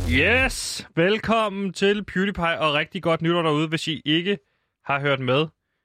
Yes! Velkommen til PewDiePie og rigtig godt nytår derude, hvis I ikke har hørt med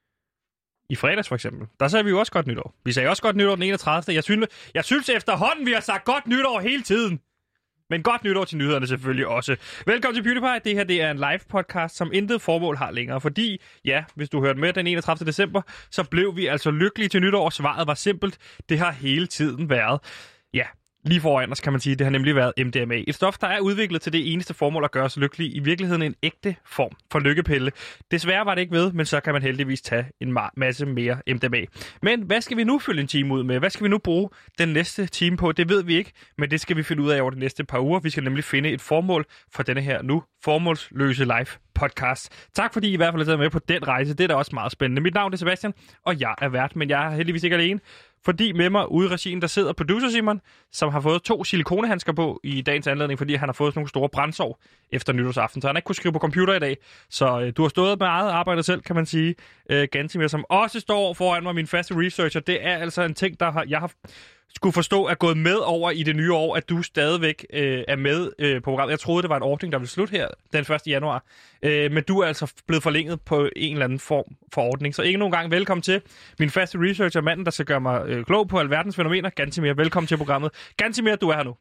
i fredags for eksempel. Der sagde vi jo også godt nytår. Vi sagde også godt nytår den 31. Jeg synes efterhånden, vi har sagt godt nytår hele tiden. Men godt nytår til nyhederne selvfølgelig også. Velkommen til PewDiePie. Det her det er en live podcast, som intet formål har længere. Fordi, ja, hvis du hørte med den 31. december, så blev vi altså lykkelige til nytår. Svaret var simpelt. Det har hele tiden været. Ja, lige foran os kan man sige, det har nemlig været MDMA. Et stof, der er udviklet til det eneste formål at gøre os lykkelige. I virkeligheden en ægte form for lykkepille. Desværre var det ikke ved, men så kan man heldigvis tage en masse mere MDMA. Men hvad skal vi nu fylde en time ud med? Hvad skal vi nu bruge den næste time på? Det ved vi ikke, men det skal vi finde ud af over de næste par uger. Vi skal nemlig finde et formål for denne her nu formålsløse live podcast. Tak fordi I i hvert fald har taget med på den rejse. Det er da også meget spændende. Mit navn er Sebastian, og jeg er vært, men jeg er heldigvis ikke alene. Fordi med mig ude i regien, der sidder producer Simon, som har fået 2 silikonehandsker på i dagens anledning, fordi han har fået sådan nogle store brændsår efter nytårsaften. Så han har ikke kunnet skrive på computer i dag. Så du har stået med eget arbejde selv, kan man sige. Gantimir, som også står foran mig, min faste researcher. Det er altså en ting, jeg har skulle forstå er gået med over i det nye år, at du stadigvæk er med på programmet. Jeg troede, det var en ordning, der ville slutte her den 1. januar. Men du er altså blevet forlænget på en eller anden form for ordning. Så ikke nogen gang velkommen til min faste researcher, manden, der skal gøre mig klog på alverdens fænomener. Gantimir, velkommen til programmet. Gantimir, du er her nu.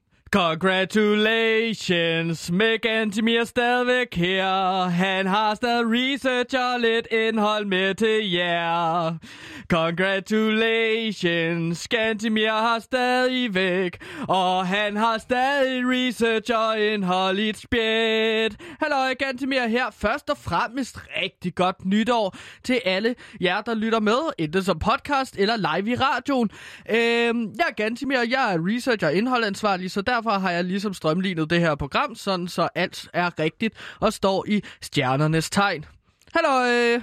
Congratulations, med Gantimir stadigvæk her. Han har stadig research og lidt indhold med til jer. Congratulations, Gantimir har stadig væk, og han har stadig research og indhold i et spjæt. Hallo, Gantimir her. Først og fremmest rigtig godt nytår til alle jer, der lytter med, enten som podcast eller live i radioen. Jeg er Gantimir, jeg er research og indholdansvarlig, så derfor har jeg ligesom strømlignet det her program, sådan så alt er rigtigt og står i stjernernes tegn. Hallo!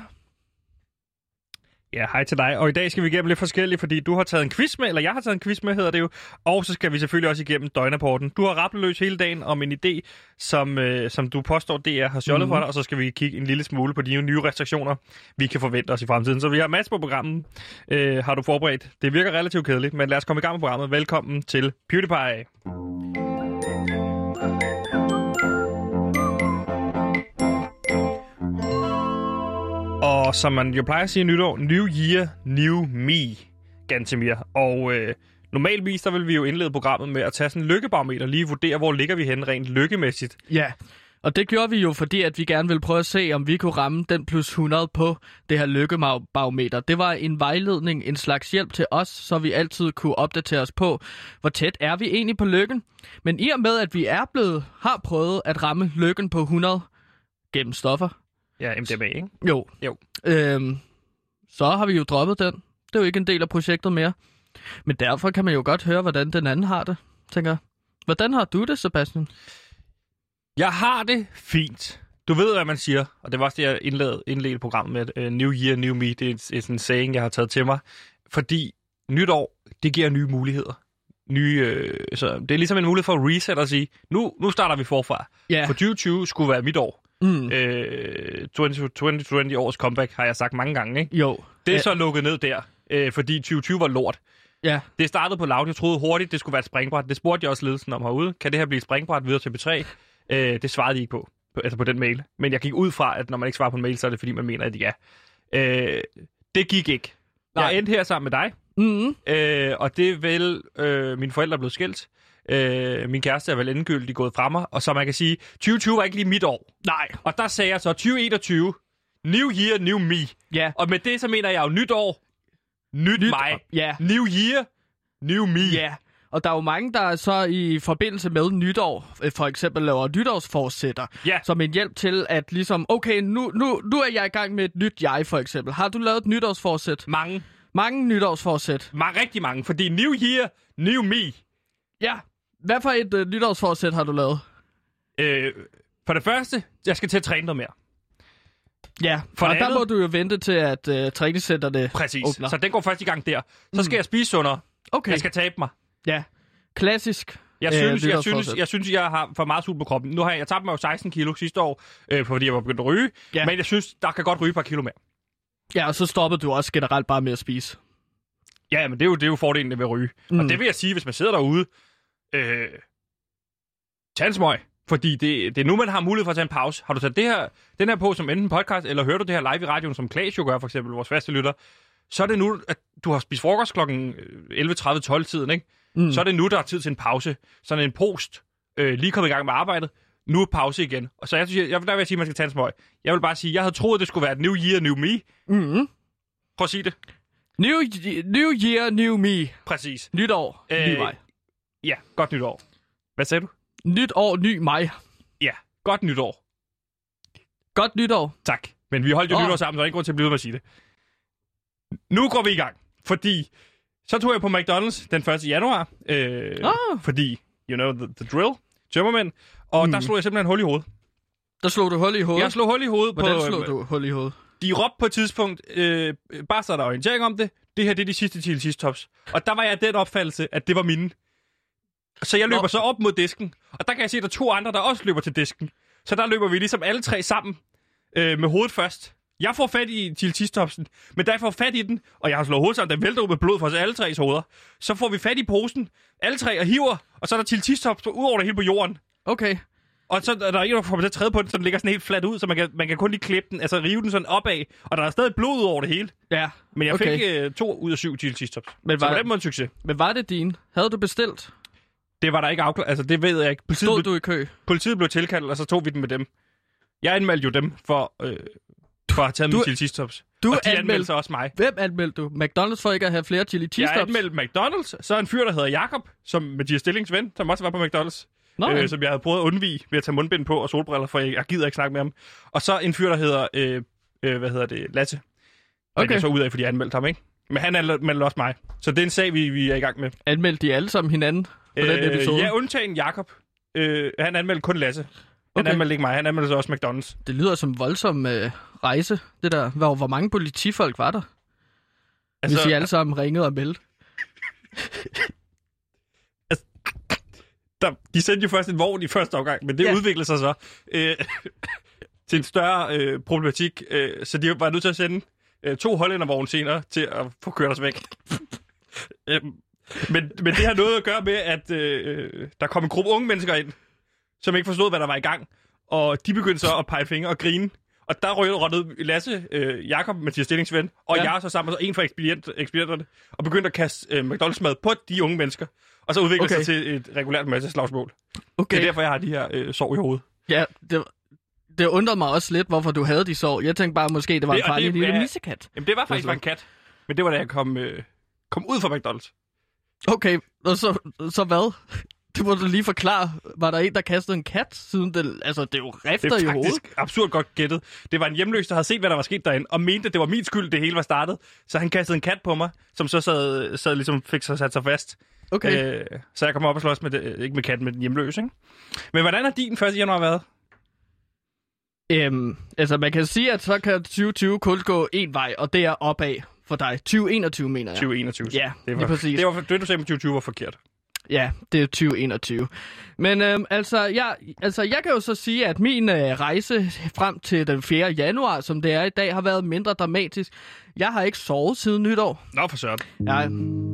Ja, hej til dig. Og i dag skal vi igennem lidt forskelligt, fordi du har taget en quiz med, eller jeg har taget en quiz med, hedder det jo. Og så skal vi selvfølgelig også igennem døgnrapporten. Du har rappeløs hele dagen om en idé, som du påstår, DR har stjålet for dig, og så skal vi kigge en lille smule på de nye restriktioner, vi kan forvente os i fremtiden. Så vi har masser på programmet. Har du forberedt? Det virker relativt kedeligt, men lad os komme i gang med programmet. Velkommen til PewDiePie. Og som man jo plejer at sige nytår, New Year, New Me, Gantimir. Og normalvis, der vil vi jo indlede programmet med at tage sådan en lykkebarometer, lige vurdere, hvor ligger vi henne rent lykkemæssigt. Ja, og det gjorde vi jo, fordi at vi gerne ville prøve at se, om vi kunne ramme den plus 100 på det her lykkebarometer. Det var en vejledning, en slags hjælp til os, så vi altid kunne opdatere os på, hvor tæt er vi egentlig på lykken. Men i og med, at vi har prøvet at ramme lykken på 100 gennem stoffer, ja, MDMA, ikke? Jo. Så har vi jo droppet den. Det er jo ikke en del af projektet mere. Men derfor kan man jo godt høre, hvordan den anden har det, tænker jeg. Hvordan har du det, Sebastian? Jeg har det fint. Du ved, hvad man siger. Og det var også det, jeg indledte programmet med. New Year, New Me. Det er sådan en saying, jeg har taget til mig. Fordi nytår, det giver nye muligheder. Så det er ligesom en mulighed for at reset og sige, nu starter vi forfra. Yeah. For 2020 skulle være mit år. 2020 års comeback, har jeg sagt mange gange, ikke? Jo. Det er så lukket ned der, fordi 2020 var lort. Ja. Det startede på Loud. Jeg troede hurtigt, det skulle være et springbræt. Det spurgte jeg også ledelsen om herude. Kan det her blive et springbræt videre til B3? Det svarede de ikke på den mail. Men jeg gik ud fra, at når man ikke svarer på en mail, så er det fordi, man mener, at ja. Det gik ikke. Nej. Jeg endte her sammen med dig. Og det er vel mine forældre er blevet skilt. Min kæreste er vel endegyldigt gået fra mig. Og så man kan sige, 2020 var ikke lige mit år. Nej. Og der sagde jeg så 2021, New Year, New Me. Ja. Og med det så mener jeg jo nyt år, nyt mig. Ja. New Year, New Me. Ja. Og der er jo mange, der så i forbindelse med nytår, for eksempel laver nytårsforsætter, som en hjælp til at ligesom, okay, nu er jeg i gang med et nyt jeg, for eksempel. Har du lavet et nytårsforsæt? Mange nytårsforsæt. Rigtig mange, fordi New Year, New Me. Ja. Hvad for et nytårsforsæt har du lavet? For det første, jeg skal til at træne noget mere. Ja, og der må du jo vente til, at træningscenterne åbner. Så den går først i gang der. Så skal jeg spise sundere. Okay. Jeg skal tabe mig. Ja, klassisk. Jeg synes, jeg har for meget sult på kroppen. Nu har jeg tabt mig jo 16 kilo sidste år, fordi jeg var begyndt at ryge. Ja. Men jeg synes, der kan godt ryge et par kilo mere. Ja, og så stoppede du også generelt bare med at spise. Ja, men det er jo fordelen ved at ryge. Og det vil jeg sige, hvis man sidder derude, tag en smøg. Fordi det er nu, man har mulighed for at tage en pause. Har du taget den her på som enten podcast, eller hører du det her live i radioen, som Klaas jo gør, for eksempel, vores faste lytter, så er det nu, at du har spist frokost klokken 11:30-12-tiden, ikke? Så er det nu, der er tid til en pause. Sådan en post, lige kommet i gang med arbejdet, nu er pause igen. Og så der vil jeg sige, at man skal tage en smøg. Jeg vil bare sige, at jeg havde troet, det skulle være et new year, new me. Mm-hmm. Prøv at sige det. New year, new me. Præcis. Nytår, ny mig. Ja, godt nytår. Hvad sagde du? Nyt år, ny mig. Ja, godt nytår. Godt nytår. Tak. Men vi holdt jo nytår sammen, så der er ikke grund til at blive ved med at sige det. Nu går vi i gang, fordi så tog jeg på McDonald's den 1. januar, fordi, you know, the drill, tømmermænd, og der slog jeg simpelthen hul i hovedet. Der slog du hul i hovedet? Jeg slog hul i hovedet. Hvordan slog du hul i hovedet? De råbte på et tidspunkt, bare så der orientering om det, det her det er de sidste til sidst-tops. Og der var jeg den opfattelse, at det var mine. Så jeg løber så op mod disken, og der kan jeg se, at der er 2 andre, der også løber til disken. Så der løber vi ligesom alle 3 sammen med hovedet først. Jeg får fat i til sidst-topsen, men da jeg får fat i den, og jeg har slået hovedet sammen, den vælter ud med blod fra os alle 3's hoveder, så får vi fat i posen, alle 3 og hiver, og så er der til sidst-tops ud over det hele på jorden. Okay. Og så er der en, der får til at træde på den, så den ligger sådan helt fladt ud, så man kan kun lige klippe den, altså rive den sådan opad, og der er stadig blod ud over det hele. Ja, men jeg fik 2 ud af 7 til sidst-tops. Så på den måde en succes. Men var det din? Havde du bestilt? Det var der ikke afklaret, altså det ved jeg ikke. Stod du i kø? Politiet blev tilkaldt, og så tog vi den med dem. Jeg anmeldte jo dem for at have taget min chili cheese tops. Og de anmeldte så også mig. Hvem anmeldte du? McDonald's for ikke at have flere chili cheese tops? Jeg anmeldte McDonald's, så en fyr, der hedder Jakob, som Mathias Stillings ven, som også var på McDonald's. Som jeg havde prøvet at undvige ved at tage mundbind på og solbriller, for jeg gider ikke snakke med ham. Og så en fyr, der hedder, Lasse. Okay. Jeg så ud af, fordi jeg anmeldte ham, ikke? Men han anmeldte også mig. Så det er en sag, vi er i gang med. Anmeldte de alle sammen hinanden på den episode? Ja, undtagen Jakob. Han anmeldte kun Lasse. Han anmeldte ikke mig, han anmeldte så også McDonald's. Det lyder som voldsom rejse, det der. Hvor mange politifolk var der? Altså, hvis I alle sammen ringede og meldte. De sendte jo først en vogn i første omgang, men det udviklede sig så til en større problematik. Så de var nødt til at sende 2 hollændervogne senere til at få kørt os væk. Men det har noget at gøre med, at der kom en gruppe unge mennesker ind, som ikke forstod, hvad der var i gang. Og de begyndte så at pege fingre og grine. Og der rødede Lasse, Jakob, Mathias Stillings ven, og jeg så sammen, og en fra ekspedienterne, og begyndte at kaste McDonald's-mad på de unge mennesker. Og så udviklede sig til et regulært masseslagsmål. Okay. Det er derfor, jeg har de her sår i hovedet. Ja, det undrede mig også lidt, hvorfor du havde de sår. Jeg tænkte bare, måske det var en farlig lille missekat. Jamen, det var faktisk bare en kat. Men det var da jeg kom ud fra McDonald's. Okay, og så hvad? Det må du lige forklare. Var der en, der kastede en kat siden det... Altså, det er jo rifter i hovedet. Det er faktisk absurd godt gættet. Det var en hjemløs, der havde set, hvad der var sket derinde, og mente, at det var min skyld, det hele var startet. Så han kastede en kat på mig, som så sad ligesom fik sat sig fast. Okay. Så jeg kom op og slås med det, ikke med katten, men den hjemløse, ikke? Men hvordan har din 1. januar været? Altså, man kan sige, at så kan 2020 kun gå en vej, og det er opad for dig. 2021, mener jeg. 2021. Ja, det var præcis. Det, du sagde med 2020 var forkert. Ja, det er 2021. Men jeg kan jo så sige, at min rejse frem til den 4. januar, som det er i dag, har været mindre dramatisk. Jeg har ikke sovet siden nytår. Nå, for søren. Ja.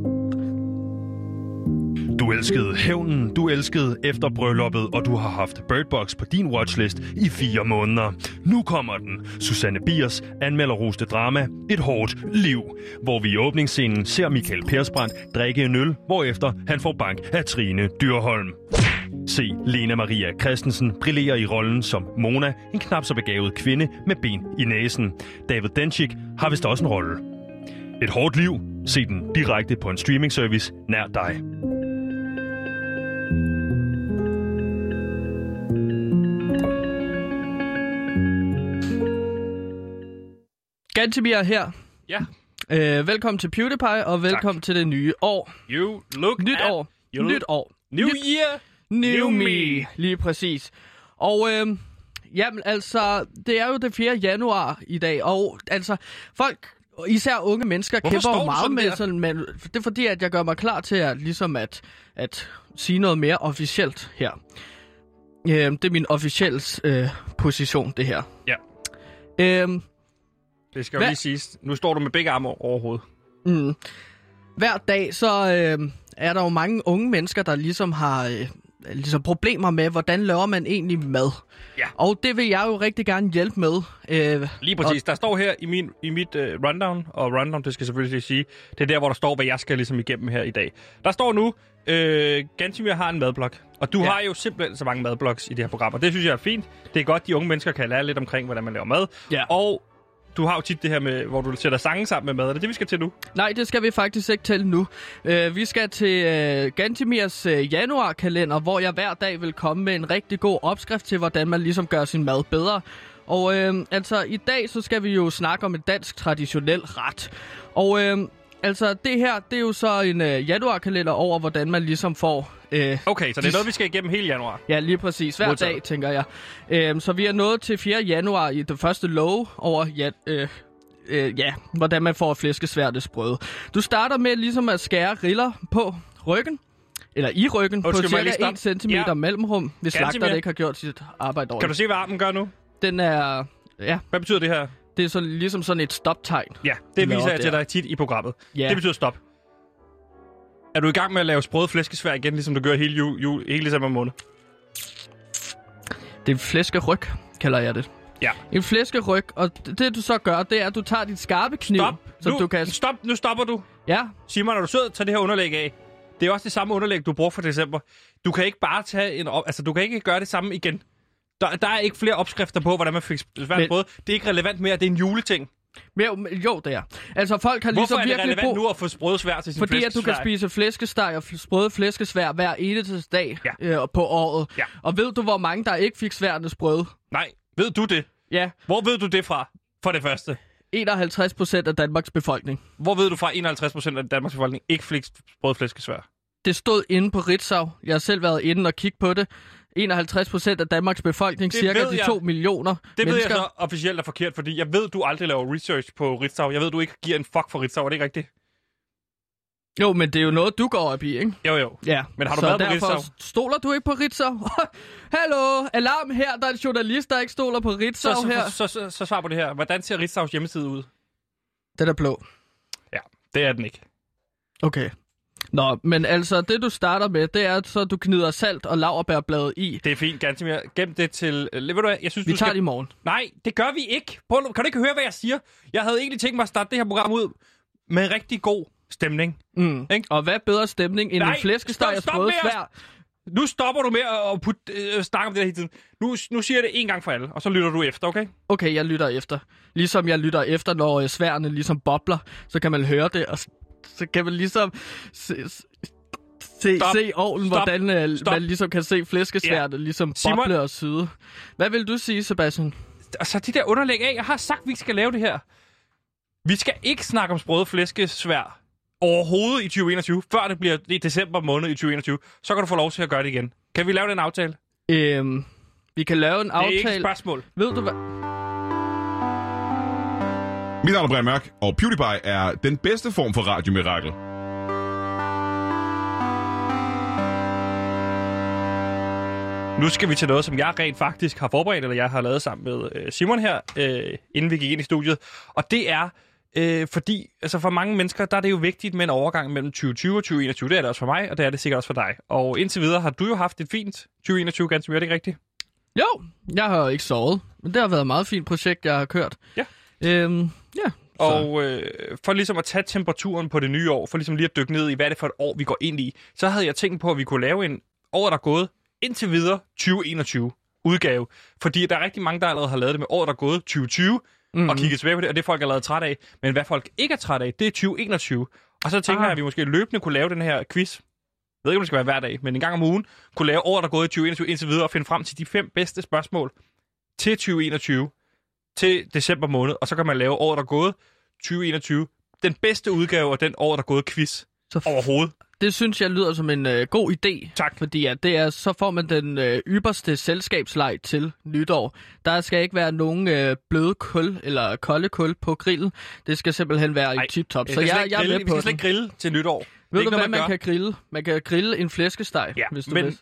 Du elskede hævnen, du elskede efterbrylluppet, og du har haft Bird Box på din watchlist i 4 måneder. Nu kommer den. Susanne Biers anmelderroste drama Et hårdt liv, hvor vi i åbningsscenen ser Michael Persbrandt drikke en øl, hvorefter han får bank af Trine Dyrholm. Se Lena Maria Christensen brillere i rollen som Mona, en knap så begavet kvinde med ben i næsen. David Dencik har vist også en rolle. Et hårdt liv. Se den direkte på en streamingservice nær dig. Gantemir her. Ja. Velkommen til PewDiePie, og velkommen til det nye år. You look Nyt at... år. Nyt år. New year. New me. Lige præcis. Og jamen altså, det er jo det 4. januar i dag, og altså, folk, især unge mennesker, kæmper jo meget med sådan, men det er fordi, at jeg gør mig klar til at, ligesom at sige noget mere officielt her. Det er min officielle position, det her. Ja. Det skal jo lige siges. Nu står du med begge arme over hovedet. Hver dag, så er der jo mange unge mennesker, der ligesom har ligesom problemer med, hvordan laver man egentlig mad. Ja. Og det vil jeg jo rigtig gerne hjælpe med. Lige præcis. Der står her i mit rundown, og rundown, det skal jeg selvfølgelig sige, det er der, hvor der står, hvad jeg skal ligesom igennem her i dag. Der står nu, Gantimir har en madblog, og du har jo simpelthen så mange madblogs i det her program, og det synes jeg er fint. Det er godt, de unge mennesker kan lære lidt omkring, hvordan man laver mad. Ja. Og du har jo tit det her med, hvor du sætter sange sammen med mad. Er det det, vi skal til nu? Nej, det skal vi faktisk ikke til nu. Vi skal til Gantimirs januarkalender, hvor jeg hver dag vil komme med en rigtig god opskrift til, hvordan man ligesom gør sin mad bedre. Og altså, i dag så skal vi jo snakke om en dansk traditionel ret. Og altså, det her, det er jo så en januarkalender over, hvordan man ligesom får... Okay, så det er noget, vi skal igennem hele januar? Ja, lige præcis. Hver dag, tænker jeg. Så vi er nået til 4. januar i det første lov over... hvordan man får flæskesværtesbrød. Du starter med ligesom at skære riller på ryggen, eller i ryggen, på cirka 1 centimeter mellemrum, hvis slagteren ikke har gjort sit arbejde over. Kan du se, hvad armen gør nu? Den er... Ja. Hvad betyder det her? Det er så, ligesom sådan et stoptegn. Ja, det viser jeg til dig tit i programmet. Ja. Det betyder stop. Er du i gang med at lave sprøde flæskesvær igen, ligesom du gør hele december måned? Det er flæskeryg, kalder jeg det. Ja. En flæskeryg, og det du så gør, det er, at du tager dit skarpe kniv. Nu stopper du. Ja. Simon, når du sidder, tager det her underlæg af. Det er også det samme underlæg, du bruger for december. Du kan ikke bare tage du kan ikke gøre det samme igen. Der er ikke flere opskrifter på, hvordan man fik svært brød. Det er ikke relevant mere, det er en juleting. Jo, det er. Altså, folk har ligesom virkelig... Hvorfor er det relevant nu at få sprøde svær til sin fordi at du kan spise flæskesteg og sprøde flæskesvær hver eneste dag på året. Ja. Og ved du, hvor mange der ikke fik sværene sprøde? Nej, ved du det? Ja. Hvor ved du det fra, for det første? 51% af Danmarks befolkning. Hvor ved du fra 51% af Danmarks befolkning ikke fik sprøde flæskesvær? Det stod inde på Ritzau. Jeg har selv været inde og kigge på det. 51% af Danmarks befolkning, cirka de 2 millioner Det mennesker. ved jeg så officielt er forkert, fordi jeg ved, du aldrig laver research på Ritzau. Jeg ved, du ikke giver en fuck for Ritzau. Er det ikke rigtigt? Jo, men det er jo noget, du går op i, ikke? Jo. Ja. Men har du været på Ritzau? Stoler du ikke på Ritzau? Hallo, alarm her. Der er en journalist, der ikke stoler på Ritzau her. Så svar på det her. Hvordan ser Ritzaus hjemmeside ud? Den er blå. Ja, det er den ikke. Okay. Nå, men altså, det du starter med, det er, så du gnider salt og laurbærbladet i. Det er fint, Gantimir. Gem det til... Ved du hvad, jeg synes, vi tager det i morgen. Nej, det gør vi ikke. Kan du ikke høre, hvad jeg siger? Jeg havde egentlig tænkt mig at starte det her program ud med en rigtig god stemning. Og hvad bedre stemning end en flæskesteg og sprøde svær? Nu stopper du med at snakke om det her hele tiden. Nu siger jeg det en gang for alle, og så lytter du efter, okay? Okay, jeg lytter efter. Ligesom jeg lytter efter, når sværene ligesom bobler, så kan man høre det, og så kan man ligesom se ovnen, hvordan man ligesom kan se flæskesværtet ligesom boble og syde. Hvad vil du sige, Sebastian? Altså, de der underlæg af. Jeg har sagt, at vi skal lave det her. Vi skal ikke snakke om sprøde flæskesvær overhovedet i 2021, før det bliver i december måned i 2021. Så kan du få lov til at gøre det igen. Kan vi lave den aftale? Vi kan lave en aftale. Det er ikke et spørgsmål. Ved du hvad? Mit navn er Brian Mørk, og PewDiePie er den bedste form for radiomirakel. Nu skal vi til noget, som jeg rent faktisk har forberedt, eller jeg har lavet sammen med Simon her, inden vi gik ind i studiet. Og det er, fordi altså for mange mennesker, der er det jo vigtigt med en overgang mellem 2020 og 2021. Det er det også for mig, og det er det sikkert også for dig. Og indtil videre har du jo haft et fint 2021, ganske mere, er det ikke rigtigt? Jo, jeg har ikke sovet, men det har været et meget fint projekt, jeg har kørt. Ja. Ja. Og for ligesom at tage temperaturen på det nye år, for ligesom lige at dykke ned i, hvad er det for et år, vi går ind i, så havde jeg tænkt på, at vi kunne lave en år, der er gået indtil videre 2021 udgave. Fordi der er rigtig mange, der allerede har lavet det med året, der er gået 2020, og kigget tilbage på det, og det er folk allerede træt af. Men hvad folk ikke er træt af, det er 2021. Og så tænker jeg, at vi måske løbende kunne lave den her quiz. Jeg ved ikke, om det skal være hver dag, men en gang om ugen kunne lave året, der er gået i 2021 indtil videre, og finde frem til de 5 bedste spørgsmål til 2021 til december måned. Og så kan man lave året, der er gået 2021. Den bedste udgave af den år, der er gået quiz overhovedet. Det synes jeg lyder som en god idé. Tak. Fordi at det er, så får man den ypperste selskabsleg til nytår. Der skal ikke være nogen bløde kul eller kolde kul på grillen. Det skal simpelthen være i tip-top. Så jeg er med på vi skal slet ikke grille til nytår. Ved du, hvad man kan grille? Man kan grille en flæskesteg, hvis du vil.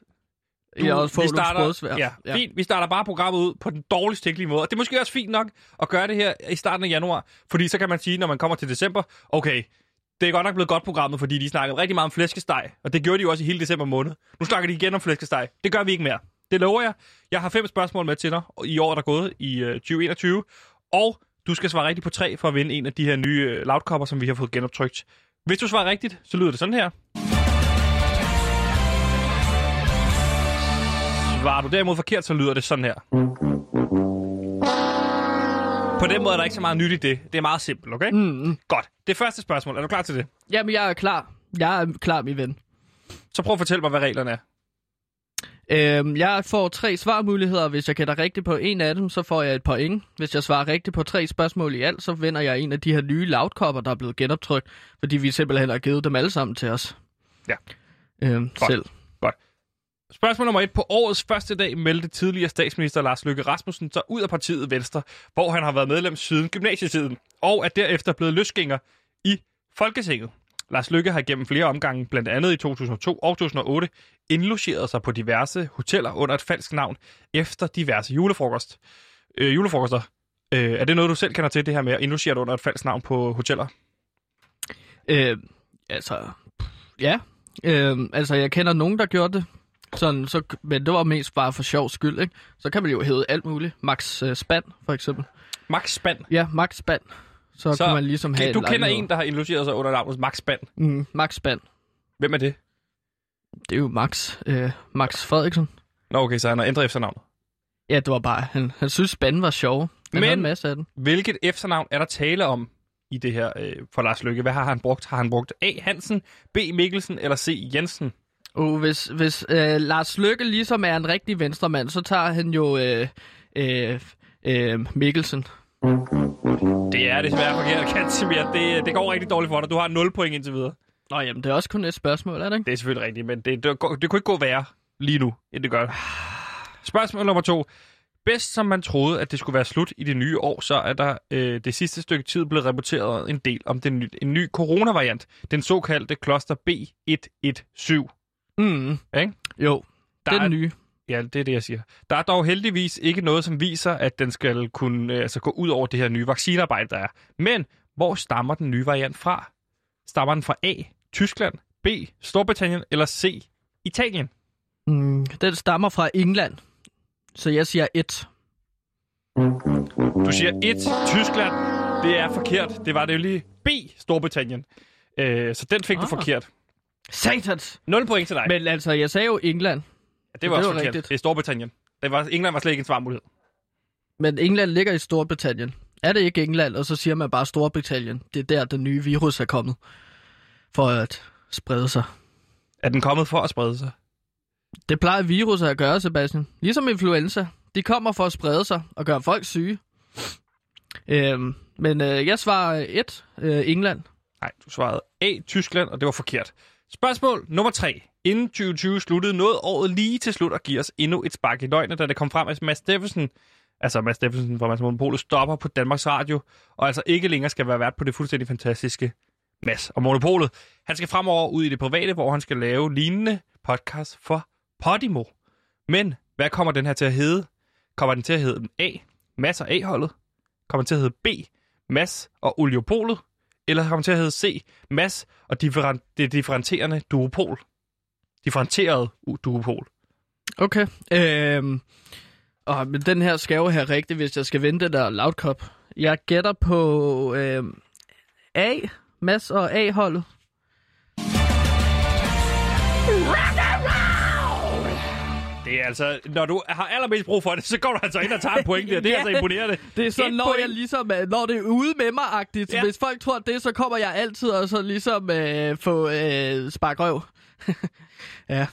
Vi starter bare programmet ud på den dårligst tænkelige måde. Og det er måske også fint nok at gøre det her i starten af januar. Fordi så kan man sige, når man kommer til december, okay, Det er godt nok blevet godt programmet, fordi de snakkede rigtig meget om flæskesteg, og det gjorde de jo også i hele december måned. Nu snakker de igen om flæskesteg. Det gør vi ikke mere. Det lover jeg. Jeg har 5 spørgsmål med til dig i året, der er gået i 2021, og du skal svare rigtigt på 3 for at vinde en af de her nye loudkopper, som vi har fået genoptrykt. Hvis du svarer rigtigt, så lyder det sådan her. Svarer du derimod forkert, så lyder det sådan her. På den måde er der ikke så meget nyt i det. Det er meget simpelt, okay? Godt. Det første spørgsmål. Er du klar til det? Jamen, jeg er klar. Jeg er klar, min ven. Så prøv at fortælle mig, hvad reglerne er. Jeg får 3 svarmuligheder. Hvis jeg gætter rigtigt på en af dem, så får jeg et point. Hvis jeg svarer rigtigt på 3 spørgsmål i alt, så vinder jeg en af de her nye loudkopper, der er blevet genoptrykt, fordi vi simpelthen har givet dem alle sammen til os. Ja. Selv. Godt. Spørgsmål nummer 1. På årets første dag meldte tidligere statsminister Lars Løkke Rasmussen sig ud af partiet Venstre, hvor han har været medlem siden gymnasietiden, og er derefter blevet løsgænger i Folketinget. Lars Løkke har gennem flere omgange, blandt andet i 2002 og 2008, indlogeret sig på diverse hoteller under et falsk navn efter diverse julefrokoster. Er det noget, du selv kender til, det her med at indlogere under et falsk navn på hoteller? Ja. Jeg kender nogen, der gjorde det. Men det var mest bare for sjov skyld, ikke? Så kan man jo hæve alt muligt. Max Spand, for eksempel. Max Spand? Ja, Max Spand. Så kan man ligesom have du kender en, der har indlogeret sig under navnet Max Spand? Max Spand. Hvem er det? Det er jo Max Frederiksen. Nå, okay, så han har ændret efternavnet. Ja, det var bare, han synes Spand var sjov. Han havde en masse af den. Hvilket efternavn er der tale om i det her for Lars Løkke? Hvad har han brugt? Har han brugt A. Hansen, B. Mikkelsen eller C. Jensen? Hvis Lars Løkke ligesom er en rigtig venstremand, så tager han jo Mikkelsen. Det er desværre forkert, Kantemir. Det går rigtig dårligt for dig. Du har 0 point indtil videre. Nå, jamen, det er også kun et spørgsmål, er det ikke? Det er selvfølgelig rigtigt, men det kunne ikke gå værre lige nu, end det gør. Spørgsmål nummer 2. Bedst som man troede, at det skulle være slut i det nye år, så er der det sidste stykke tid blevet rapporteret en del om en ny coronavariant. Den såkaldte kloster B117. Ikke? Jo, det er den nye. Ja, det er det, jeg siger. Der er dog heldigvis ikke noget, som viser, at den skal kunne gå ud over det her nye vaccinearbejde, der er. Men hvor stammer den nye variant fra? Stammer den fra A. Tyskland, B. Storbritannien eller C. Italien? Den stammer fra England. Så jeg siger 1. Du siger 1. Tyskland. Det er forkert. Det var det jo lige B. Storbritannien. Så den fik du forkert. Satans! 0 point til dig. Men altså, jeg sagde jo England. Ja, det var også forkert. Rigtigt. Det er Storbritannien. England var slet ikke en svarmulighed. Men England ligger i Storbritannien. Er det ikke England, og så siger man bare Storbritannien? Det er der, den nye virus er kommet. For at sprede sig. Er den kommet for at sprede sig? Det plejer viruser at gøre, Sebastian. Ligesom influenza. De kommer for at sprede sig og gøre folk syge. Men jeg svarer 1. England. Nej, du svarede A. Tyskland, og det var forkert. Spørgsmål nummer 3. Inden 2020 sluttede noget året lige til slut at give os endnu et spark i løgnet, da det kom frem, at Mads Steffensen fra Mads Monopolet stopper på Danmarks Radio, og altså ikke længere skal være vært på det fuldstændig fantastiske Mads og Monopolet. Han skal fremover ud i det private, hvor han skal lave lignende podcast for Podimo. Men hvad kommer den her til at hedde? Kommer den til at hedde A. Mads og A-holdet? Kommer den til at hedde B. Mads og Oliopolet? Eller kommer den til at hedde C. Mads og det differentierende duopol? Differentieret duopol. Okay. Men den her skal jo have rigtigt, hvis jeg skal vinde det der loudkop. Jeg gætter på A. Mads og A-holdet. Det er altså, når du har allermest brug for det, så går du altså ind og tager en point der. Det er altså imponerende. Det er sådan, når det er ude med mig-agtigt. Ja. Hvis folk tror det, så kommer jeg altid og så ligesom få spark røv. Ja.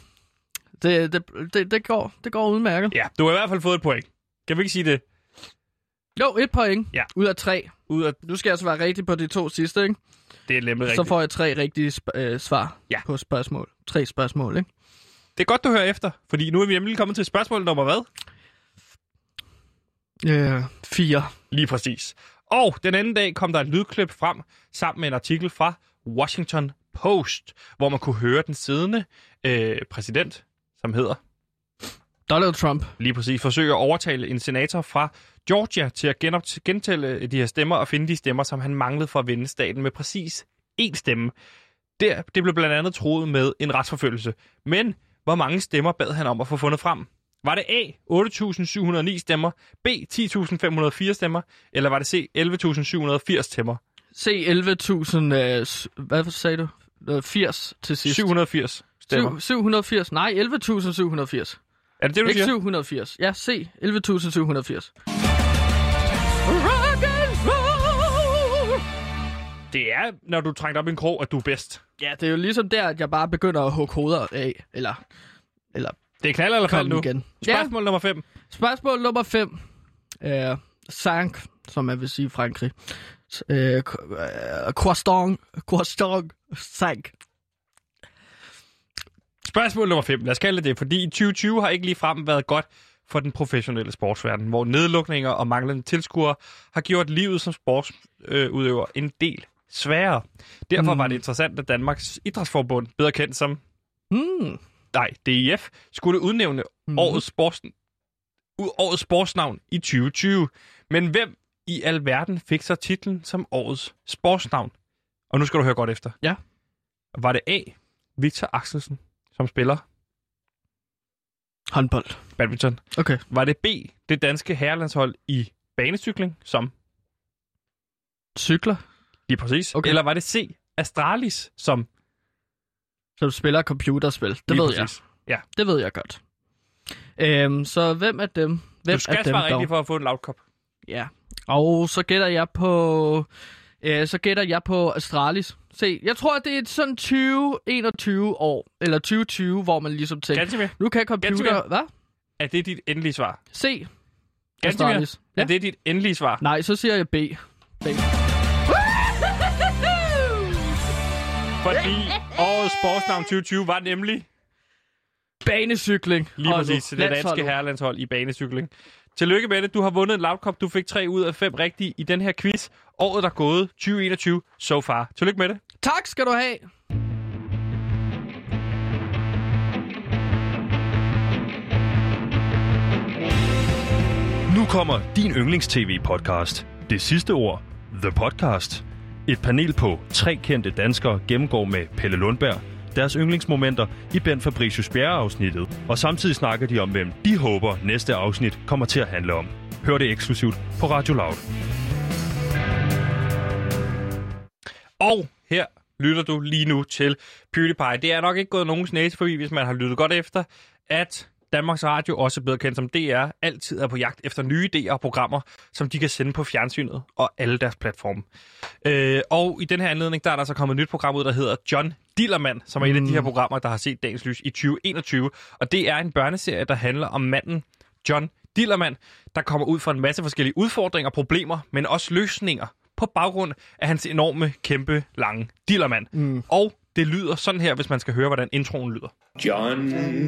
Det går udmærket. Ja, du har i hvert fald fået et point. Kan vi ikke sige det? Jo, 1 point. Ja. Ud af 3. Du skal altså være rigtig på de 2 sidste, ikke? Det er nemlig rigtigt. Så får jeg 3 rigtige svar på spørgsmål. 3 spørgsmål, ikke? Det er godt, du hører efter, fordi nu er vi nemlig kommet til spørgsmål nummer hvad? 4. Lige præcis. Og den anden dag kom der et lydklip frem, sammen med en artikel fra Washington Post, hvor man kunne høre den siddende præsident, som hedder Donald Trump. Lige præcis. Forsøge at overtale en senator fra Georgia til at gentælle de her stemmer og finde de stemmer, som han manglede for at vinde staten med præcis én stemme. Det blev blandt andet troet med en retsforfølgelse. Men hvor mange stemmer bad han om at få fundet frem? Var det A, 8.709 stemmer, B, 10.504 stemmer, eller var det C, 11.780 stemmer? C, 11.000... hvad sagde du? 80 til sidst. 780 stemmer. 780? Nej, 11.780. Er det det, du Ikke siger? 780. Ja, C, 11.780. Det er, når du trænger op i en krog, at du er bedst. Ja, det er jo ligesom der, at jeg bare begynder at hugge hoveder af. Eller Det er knald eller fald nu. igen. Spørgsmål nummer 5. Spørgsmål nummer 5. Sank, som man vil sige i Frankrig. Croissant, sank. Spørgsmål nummer 5. Lad os kalde det, fordi 2020 har ikke ligefrem været godt for den professionelle sportsverden, hvor nedlukninger og manglende tilskuere har gjort livet som sportsudøver en del sværere. Derfor var det interessant, at Danmarks Idrætsforbund, bedre kendt som DIF, skulle udnævne årets sportsnavn i 2020. Men hvem i alverden fik så titlen som årets sportsnavn? Og nu skal du høre godt efter. Ja. Var det A, Victor Axelsen, som spiller håndbold. badminton? Okay. Var det B, det danske herrelandshold i banecykling, som Cykler. lige præcis? Okay. Eller var det C, Astralis, som Som spiller computerspil. Det lige ved præcis? jeg. Det ved jeg godt. Så hvem af dem? Hvem Du skal af dem svare dog? rigtigt for at få en loudkop. Ja. Og så gætter jeg på Astralis. Se, jeg tror, det er sådan 2021 år, eller 2020, hvor man ligesom tænker, Gansimir, nu kan computer... Hvad? er det dit endelige svar? C. Gansimir, Astralis. er det dit endelige svar? Nej, så siger jeg B. Fordi årets sportsnavn 2020 var nemlig Banecykling. lige præcis det danske herrelandshold i banecykling. Tillykke med det. Du har vundet en loudkop. Du fik 3 ud af 5 rigtige i den her quiz. Året, der er gået 2021 so far. Tillykke med det. Tak skal du have. Nu kommer din yndlings-tv-podcast. Det sidste ord. The Podcast. Et panel på 3 kendte danskere gennemgår med Pelle Lundberg deres yndlingsmomenter i Bent Fabricius Bjerre-afsnittet. Og samtidig snakker de om, hvem de håber næste afsnit kommer til at handle om. Hør det eksklusivt på Radio Loud. Og her lytter du lige nu til PewDiePie. Det er nok ikke gået nogens næse forbi, hvis man har lyttet godt efter, at Danmarks Radio, også bedre kendt som DR, altid er på jagt efter nye idéer og programmer, som de kan sende på fjernsynet og alle deres platforme. Og i den her anledning, der er der så kommet et nyt program ud, der hedder John Dillermand, som er et af de her programmer, der har set dagens lys i 2021. Og det er en børneserie, der handler om manden John Dillermand, der kommer ud for en masse forskellige udfordringer og problemer, men også løsninger på baggrund af hans enorme, kæmpe, lange dillermand. Og det lyder sådan her, hvis man skal høre, hvordan introen lyder. John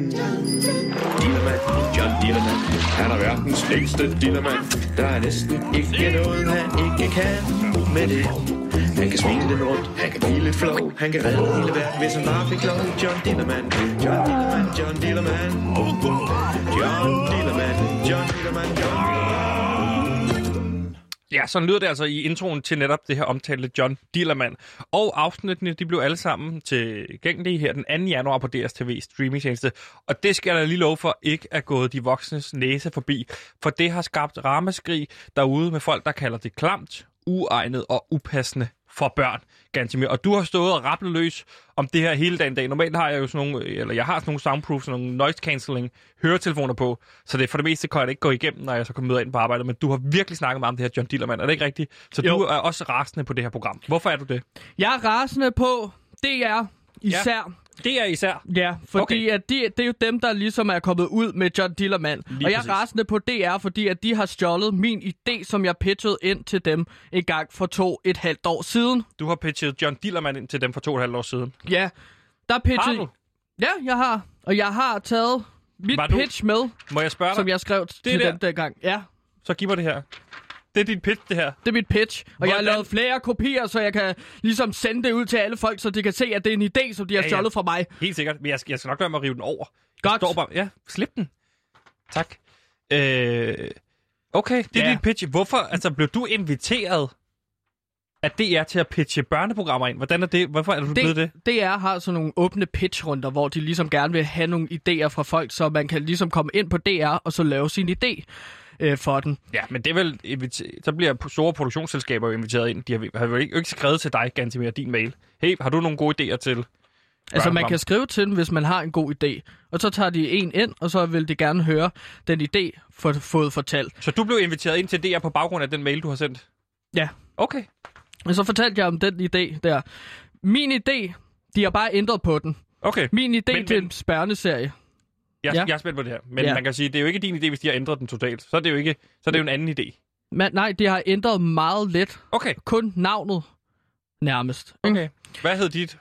Dillermand, han er verdens længste dillermand. Der er næsten ikke noget, han ikke kan med det. Han kan smile lidt rundt, han kan blive lidt flov, han kan redde hele verden, hvis han bare fik lov. John Dillermand, John Dillermand, John Dillermand. John Dillermand, John Dillermand, John Dillermand. Ja, sådan lyder det altså i introen til netop det her omtalte John Dillermand. Og afsnittene, de blev alle sammen tilgængelige her den 2. januar på DSTV streamingtjeneste. Og det skal jeg da lige love for ikke er gået de voksnes næse forbi. For det har skabt ramaskrig derude med folk, der kalder det klamt, uegnet og upassende for børn, Gansimir. Og du har stået og rapplet løs om det her hele dagen dag. Normalt har jeg jo sådan nogle, eller jeg har sådan nogle soundproof, sådan nogle noise cancelling høretelefoner på, så det for det meste kan jeg ikke gå igennem, når jeg så kan møde ind på arbejdet. Men du har virkelig snakket meget om det her John Dillermand, er det ikke rigtigt? Så jo. Du er også rasende på det her program. Hvorfor er du det? Jeg er rasende på DR især. Ja. Det er især. Ja, fordi at det er jo dem, der ligesom er kommet ud med John Dillermand. Lige og jeg præcis. er rasende på DR, fordi at de har stjålet min idé, som jeg pitchede ind til dem en gang for 2,5 år siden. Du har pitchet John Dillermand ind til dem for 2,5 år siden. Ja, der pitchede... Har du? Ja, jeg har. Og jeg har taget mit pitch med, Må jeg spørge dig? som jeg skrev til dem dengang. Ja, Så giv mig det her. Det er dit pitch, det her. det er mit pitch. Og jeg har lavet flere kopier, så jeg kan ligesom sende det ud til alle folk, så de kan se, at det er en idé, som de har stjålet fra mig. Helt sikkert. Men jeg skal nok være med at rive den over. Godt. Står bare... Ja, slip den. Tak. Okay, det er dit pitch. Hvorfor? Altså, blev du inviteret at DR til at pitche børneprogrammer ind? Hvordan er det? Hvorfor er du blevet det? DR har sådan nogle åbne pitchrunder, hvor de ligesom gerne vil have nogle idéer fra folk, så man kan ligesom komme ind på DR og så lave sin idé for den. Ja, men det er vel... Så bliver store produktionsselskaber inviteret ind. De har jo ikke skrevet til dig, Gantemir, din mail. Hey, har du nogle gode idéer til... Altså, man kan skrive til dem, hvis man har en god idé. Og så tager de en ind, og så vil de gerne høre den idé fået fortalt. Så du blev inviteret ind til DR på baggrund af den mail, du har sendt? Ja. Okay. Og så fortalte jeg om den idé der. Min idé, de har bare ændret på den. Okay. Min idé til en børneserie. Jeg er spændt på det her. Men man kan sige, det er jo ikke din idé, hvis de har ændret den totalt. Så er det jo ikke, så er det jo en anden idé. Nej, de har ændret meget lidt. Okay. Kun navnet nærmest. Okay. Hvad hed dit?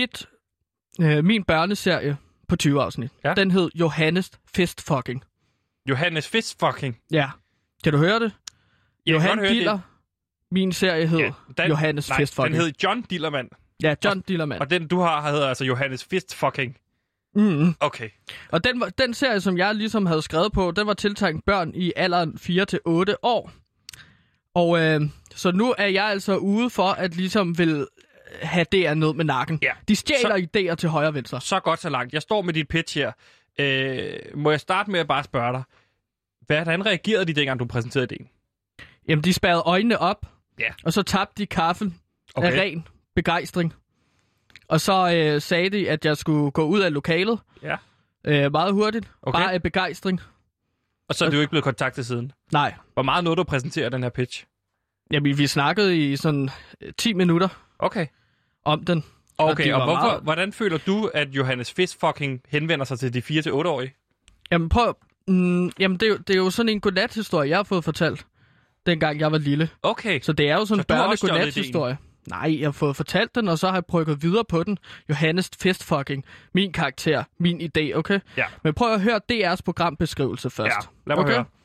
Min børneserie på 20 afsnit. Ja. Den hed Johannes Fistfucking. Johannes Fistfucking? Ja. Kan du høre det? Johan Diller. Min serie hed Johannes Fistfucking. Den hed John Dillermand. Ja, John Dillermand. Og den, du har, hedder altså Johannes Fistfucking. Mm-hmm. Okay. Og den serie, som jeg ligesom havde skrevet på, den var tiltænkt børn i alderen 4-8 år. Og så nu er jeg altså ude for at ligesom vil have DR ned med nakken. Ja. De stjæler idéer til højre og venstre. Så godt, så langt. Jeg står med dit pitch her. Må jeg starte med at bare spørge dig, hvordan reagerede de dengang, du præsenterede idéen? Jamen, de spærrede øjnene op, og så tabte de kaffen af ren begejstring. Og så sagde de, at jeg skulle gå ud af lokalet meget hurtigt, bare af begejstring. Og så er du ikke blevet kontaktet siden? Nej. Hvor meget nåede du at præsentere den her pitch? Jamen, vi snakkede i sådan 10 minutter om den. Okay, og hvordan føler du, at Johannes Fistfucking henvender sig til de 4-8-årige? Jamen, jamen det er jo sådan en godnat-historie, jeg har fået fortalt, dengang jeg var lille. Okay. Så det er jo sådan en børne-godnat-historie. Nej, jeg har fået fortalt den, og så har jeg brygget videre på den. Johannes Fistfucking. Min karakter. Min idé, okay? Ja. Men prøv at høre DR's programbeskrivelse først. Ja, lad mig høre.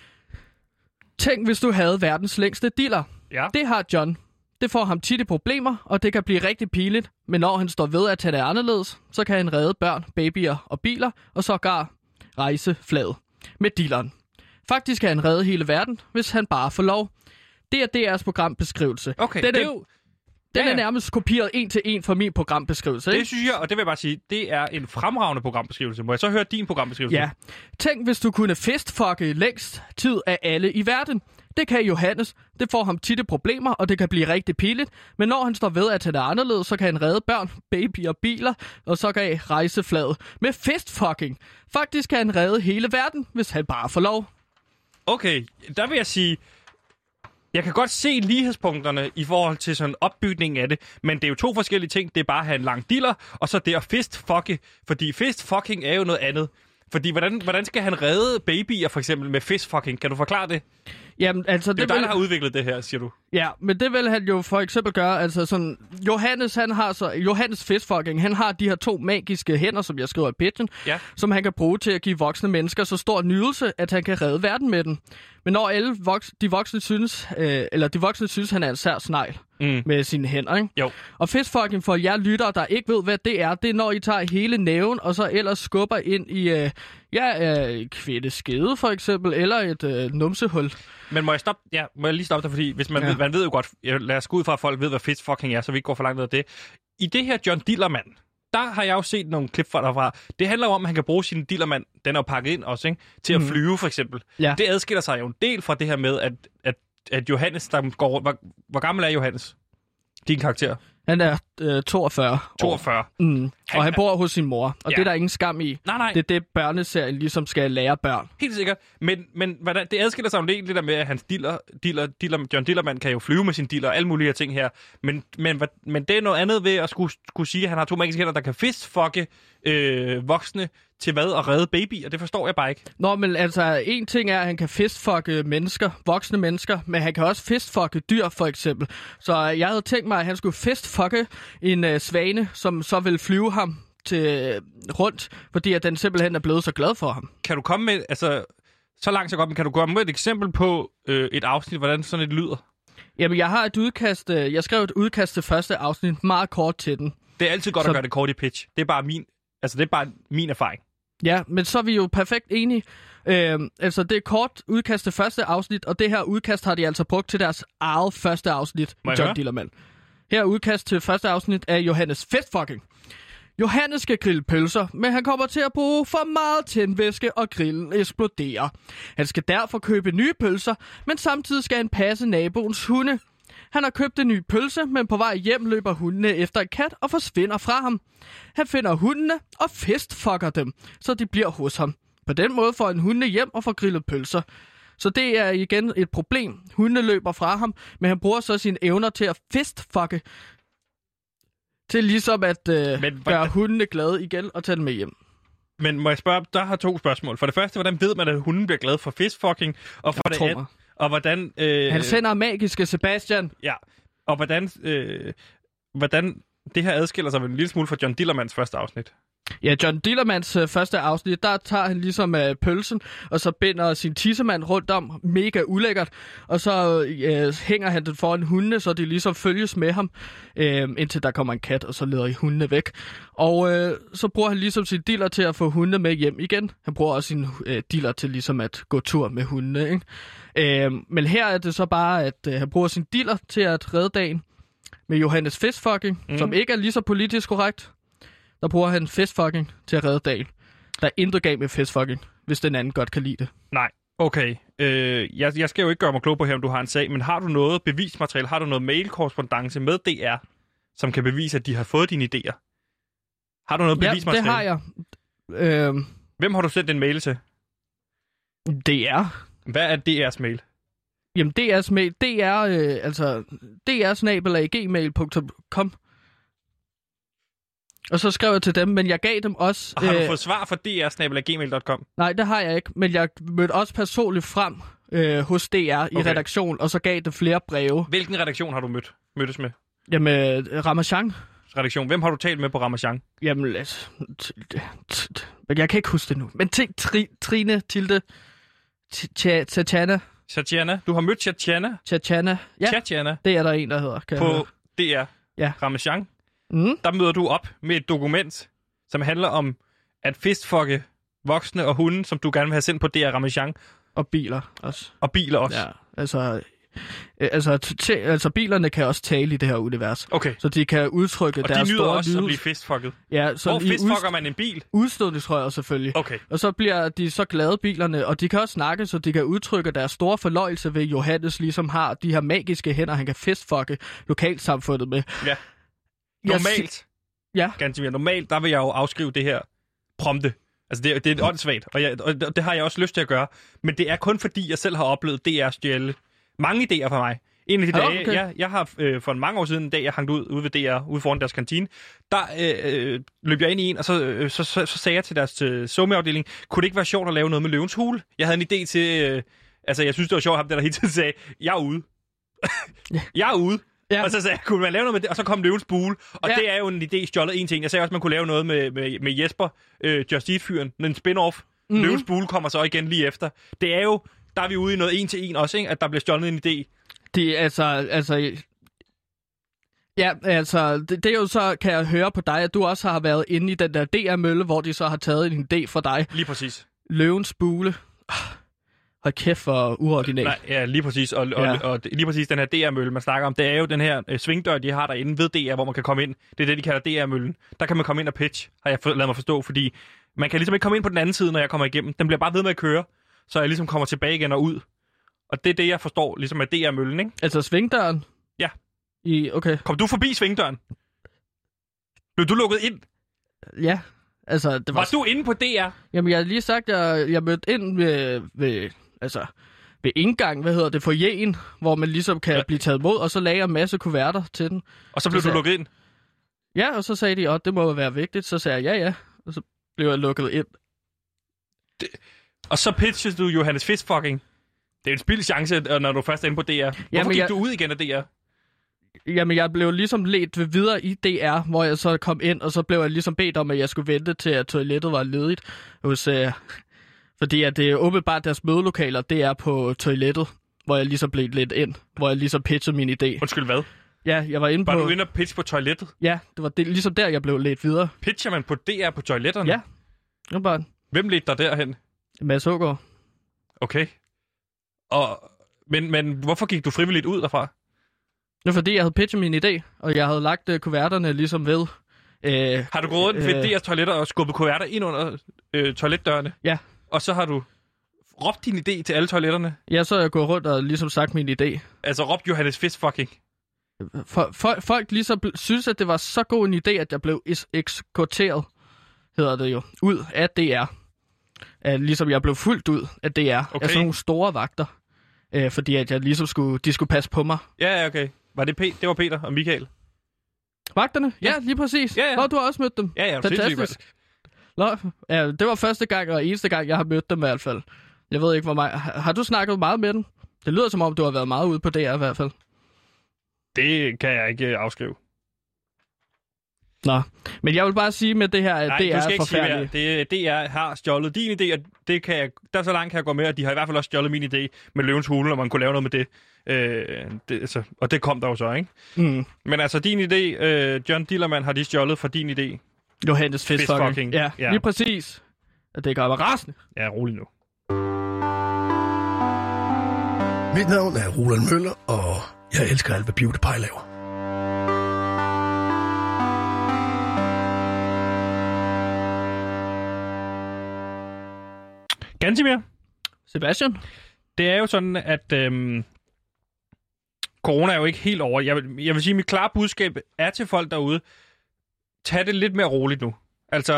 Tænk, hvis du havde verdens længste diller. Ja. Det har John. Det får ham tit i problemer, og det kan blive rigtig pinligt. Men når han står ved at tage det anderledes, så kan han redde børn, babyer og biler, og sågar rejse flaget med dilleren. Faktisk kan han redde hele verden, hvis han bare får lov. Det er DR's programbeskrivelse. Okay, den er nærmest kopieret 1-til-1 fra min programbeskrivelse. Det synes jeg, og det vil jeg bare sige, det er en fremragende programbeskrivelse. Må jeg så høre din programbeskrivelse? Ja. Tænk, hvis du kunne fistfucke længst tid af alle i verden. Det kan Johannes. Det får ham tit problemer, og det kan blive rigtig pinligt. Men når han står ved at tage det anderledes, så kan han redde børn, babyer og biler, og så kan han rejse flaget med fistfucking. Faktisk kan han redde hele verden, hvis han bare får lov. Okay, der vil jeg sige... Jeg kan godt se lighedspunkterne i forhold til sådan opbygningen af det, men det er jo to forskellige ting. Det er bare at have en lang diller, og så det at fistfucke, fordi fistfucking er jo noget andet. Fordi hvordan skal han redde babyer for eksempel med fistfucking? Kan du forklare det? Jamen, altså, det er dig, der har udviklet det her, siger du. Ja, men det vil han jo for eksempel gøre. Altså sådan, Johannes Fistfucking, han har de her 2 magiske hænder, som jeg skriver i pitchen, som han kan bruge til at give voksne mennesker så stor nydelse, at han kan redde verden med den. Men når alle de voksne synes, han er en sær snegl med sine hænder, ikke? Jo. Og fistfucking for jer lyttere, der ikke ved, hvad det er når I tager hele næven, og så ellers skubber ind i kvindeskede for eksempel, eller et numsehul. Men må jeg lige stoppe dig, fordi hvis man ved jo godt, lad os gå ud fra, at folk ved, hvad fistfucking er, så vi ikke går for langt ned af det. I det her John Dillermand, der har jeg jo set nogle klip fra derfra. Det handler jo om, at han kan bruge sin Dillermand, den er jo pakket ind også, ikke? Til at flyve for eksempel. Ja. Det adskiller sig jo en del fra det her med, at Johannes, der går rundt... Hvor gammel er Johannes? Din karakter? Han er 42. 42. Og han bor hos sin mor, og det er der ingen skam i. Nej. Det er det, børneserien ligesom skal lære børn. Helt sikkert. Men hvordan, det adskiller sig jo en del, det der med, at hans John Dillermand kan jo flyve med sin diller og alle mulige ting her. Men det er noget andet ved at skulle sige, at han har 2 magiske hænder, der kan fistfucke voksne til hvad? At redde baby, og det forstår jeg bare ikke. Nå, men altså, en ting er, at han kan fistfucke mennesker, voksne mennesker, men han kan også fistfucke dyr, for eksempel. Så jeg havde tænkt mig, at han skulle fistfucke en svane, som så vil flyve ham rundt, fordi at den simpelthen er blevet så glad for ham. Kan du komme med, altså, så langt så godt, men kan du komme med et eksempel på et afsnit, hvordan sådan et lyder? Jamen, jeg har et udkast, jeg skrev et udkast til første afsnit, meget kort til den. Det er altid godt at gøre det kort i pitch. Det er bare min erfaring. Ja, men så er vi jo perfekt enige. Altså, det er kort udkast til første afsnit, og det her udkast har de altså brugt til deres eget første afsnit, John Dillermand. Her udkast til første afsnit af Johannes festfucking. Johannes skal grille pølser, men han kommer til at bruge for meget tændvæske, og grillen eksploderer. Han skal derfor købe nye pølser, men samtidig skal han passe naboens hunde. Han har købt en ny pølse, men på vej hjem løber hundene efter en kat og forsvinder fra ham. Han finder hundene og festfucker dem, så de bliver hos ham. På den måde får han hundene hjem og får grillet pølser. Så det er igen et problem. Hundene løber fra ham, men han bruger så sine evner til at festfucke, til ligesom at gøre hundene glade igen og tage dem med hjem. Men må jeg spørge, der har 2 spørgsmål. For det første, hvordan ved man, at hunden bliver glad for fistfucking? Og for det andet, og hvordan... Han sender magiske Sebastian. Ja, og hvordan det her adskiller sig en lille smule fra John Dillermands første afsnit. Ja, John Dillermands første afsnit, der tager han ligesom pølsen, og så binder sin tissemand rundt om, mega ulækkert, og så hænger han den foran hundene, så de ligesom følges med ham, indtil der kommer en kat, og så leder hundene væk. Og så bruger han ligesom sin diller til at få hundene med hjem igen. Han bruger også sin diller til ligesom at gå tur med hundene, ikke? Men her er det så bare, at han bruger sin diller til at redde dagen med Johannes festfucking, som ikke er lige så politisk korrekt. Der bruger han festfucking til at redde dagen. Der er intet galt med festfucking, hvis den anden godt kan lide det. Nej, okay. Jeg skal jo ikke gøre mig klog på her, om du har en sag, men har du noget bevismateriale, har du noget mailkorrespondance med DR, som kan bevise, at de har fået dine idéer? Har du noget bevismateriale? Ja, det har jeg. Hvem har du sendt en mail til? DR. Hvad er DR's mail? Jamen, DR's mail, dr@gmail.com. Og så skrev jeg til dem, men jeg gav dem også... Og har du fået svar fra dr@gmail.com? Nej, det har jeg ikke, men jeg mødte også personligt frem hos DR i redaktion, og så gav det flere breve. Hvilken redaktion har du mødtes med? Jamen, Ramachan. Redaktion. Hvem har du talt med på Ramachan? Jamen, jeg kan ikke huske det nu. Men Trine, Tilde, Tatjana. Tatjana? Du har mødt Tatjana? Tatjana. Ja, Tatjana. Det er der en, der hedder. På DR? Ja. Ramachan? Der møder du op med et dokument, som handler om at fistfucke voksne og hunde, som du gerne vil have sendt på DR Ramachan. Og biler også. Og biler også. Ja, altså bilerne kan også tale i det her univers. Okay. Så de kan udtrykke og deres store lyde. Og de nyder også at blive fistfucket. Ja, så hvor fistfucker man en bil? Udstødningsrør selvfølgelig. Okay. Og så bliver de så glade, bilerne, og de kan også snakke, så de kan udtrykke deres store fornøjelse ved, Johannes ligesom har de her magiske hænder, han kan fistfucke lokalsamfundet med. Ja. Normalt, normalt, der vil jeg jo afskrive det her prompte. Altså, det er åndssvagt, og det har jeg også lyst til at gøre. Men det er kun fordi, jeg selv har oplevet DR stjæle mange idéer fra mig. En af de dage, jeg har for mange år siden, en dag, jeg hang ud ved DR, ude foran deres kantine, der løb jeg ind i en, og så sagde jeg til deres sommerafdeling, kunne det ikke være sjovt at lave noget med Løvens Hule? Jeg havde en idé til, jeg synes, det var sjovt, ham der hele tiden sagde, jeg er ude. Jeg er ude. Ja. Og så sagde jeg, kunne man lave noget med det? Og så kom Løvens Bule. Og det er jo en idé stjålet en ting. Jeg sagde også, man kunne lave noget med Jesper, Just Eat-fyren. En spin-off. Løvens Bule kommer så igen lige efter. Det er jo, der er vi ude i noget 1-til-1 også, ikke? At der bliver stjålet en idé. Det er det er jo så, kan jeg høre på dig, at du også har været inde i den der DR-mølle, hvor de så har taget en idé fra dig. Lige præcis. Løvens Bule. Hold kæft for uordinært. Nej, ja, lige præcis. Og lige præcis den her DR-mølle, man snakker om, det er jo den her svingdør, de har derinde ved DR, hvor man kan komme ind. Det er det, de kalder DR-møllen. Der kan man komme ind og pitch, har jeg ladet mig forstå, fordi man kan ligesom ikke komme ind på den anden side, når jeg kommer igennem. Den bliver bare ved med at køre, så jeg ligesom kommer tilbage igen og ud. Og det er det, jeg forstår, ligesom af DR-møllen, ikke? Altså svingdøren? Ja. Okay. Kom du forbi svingdøren? Blev du lukket ind? Ja. Altså, det var du inde på DR? Jamen, jeg har lige sagt, at jeg mødte ind ved indgang, foyeren, hvor man ligesom kan blive taget imod, og så lagde jeg en masse kuverter til den. Og så blev du lukket ind? Ja, og så sagde de, det må være vigtigt. Så sagde jeg, ja. Og så blev jeg lukket ind. Og så pitchede du Johannes fistfucking. Det er en spild chance, når du først er inde på DR. Hvorfor gik du ud igen af DR? Jamen, jeg blev ligesom ledt videre i DR, hvor jeg så kom ind, og så blev jeg ligesom bedt om, at jeg skulle vente til, at toilettet var ledigt. Fordi at det er åbenbart deres mødelokaler, det er på toilettet, hvor jeg ligesom blev ledt ind, hvor jeg ligesom pitchede min idé. Undskyld, hvad? Ja, jeg var inde på... Var du inde og pitche på toilettet? Ja, det var ligesom der, jeg blev ledt videre. Pitcher man på DR på toiletterne? Ja. Bare... Hvem ledte dig derhen? Mads Hågaard. Okay. Men hvorfor gik du frivilligt ud derfra? Det var fordi, jeg havde pitchet min idé, og jeg havde lagt kuverterne ligesom ved. Har du gået rundt ved deres toiletter og skubbet kuverter ind under toiletdørene? Ja. Og så har du råbt din idé til alle toiletterne? Ja, så er jeg gået rundt og ligesom sagt min idé. Altså råbt Johannes Fisk fucking? Folk ligesom synes, at det var så god en idé, at jeg blev ekskorteret, hedder det jo, ud af DR. Ligesom jeg blev fuldt ud af DR. Okay. Af sådan nogle store vagter. Fordi at jeg ligesom de skulle passe på mig. Ja, okay. Var det det var Peter og Michael? Vagterne? Ja, lige præcis. Ja. Nå, du har også mødt dem. Ja, fantastisk. Nå, ja, det var første gang og eneste gang, jeg har mødt dem i hvert fald. Jeg ved ikke, hvor meget... Har du snakket meget med dem? Det lyder som om, du har været meget ude på DR i hvert fald. Det kan jeg ikke afskrive. Nå, men jeg vil bare sige med det her, at det er forfærdeligt. DR har stjålet din idé, og det kan jeg, der så langt kan jeg gå med, og de har i hvert fald også stjålet min idé med Løvens Hule, og man kunne lave noget med det. Og det kom der jo så, ikke? Mm. Men altså, din idé, John Dillermand, har de stjålet for din idé? Johannes Fisk fucking. Ja, lige præcis. At det gør mig rasende. Ja, rolig nu. Mit navn er Roland Møller, og jeg elsker alt, hvad PewDiePie laver. Gantimir? Sebastian? Det er jo sådan, at corona er jo ikke helt over. Jeg vil sige, at mit klare budskab er til folk derude. Tag det lidt mere roligt nu. Altså,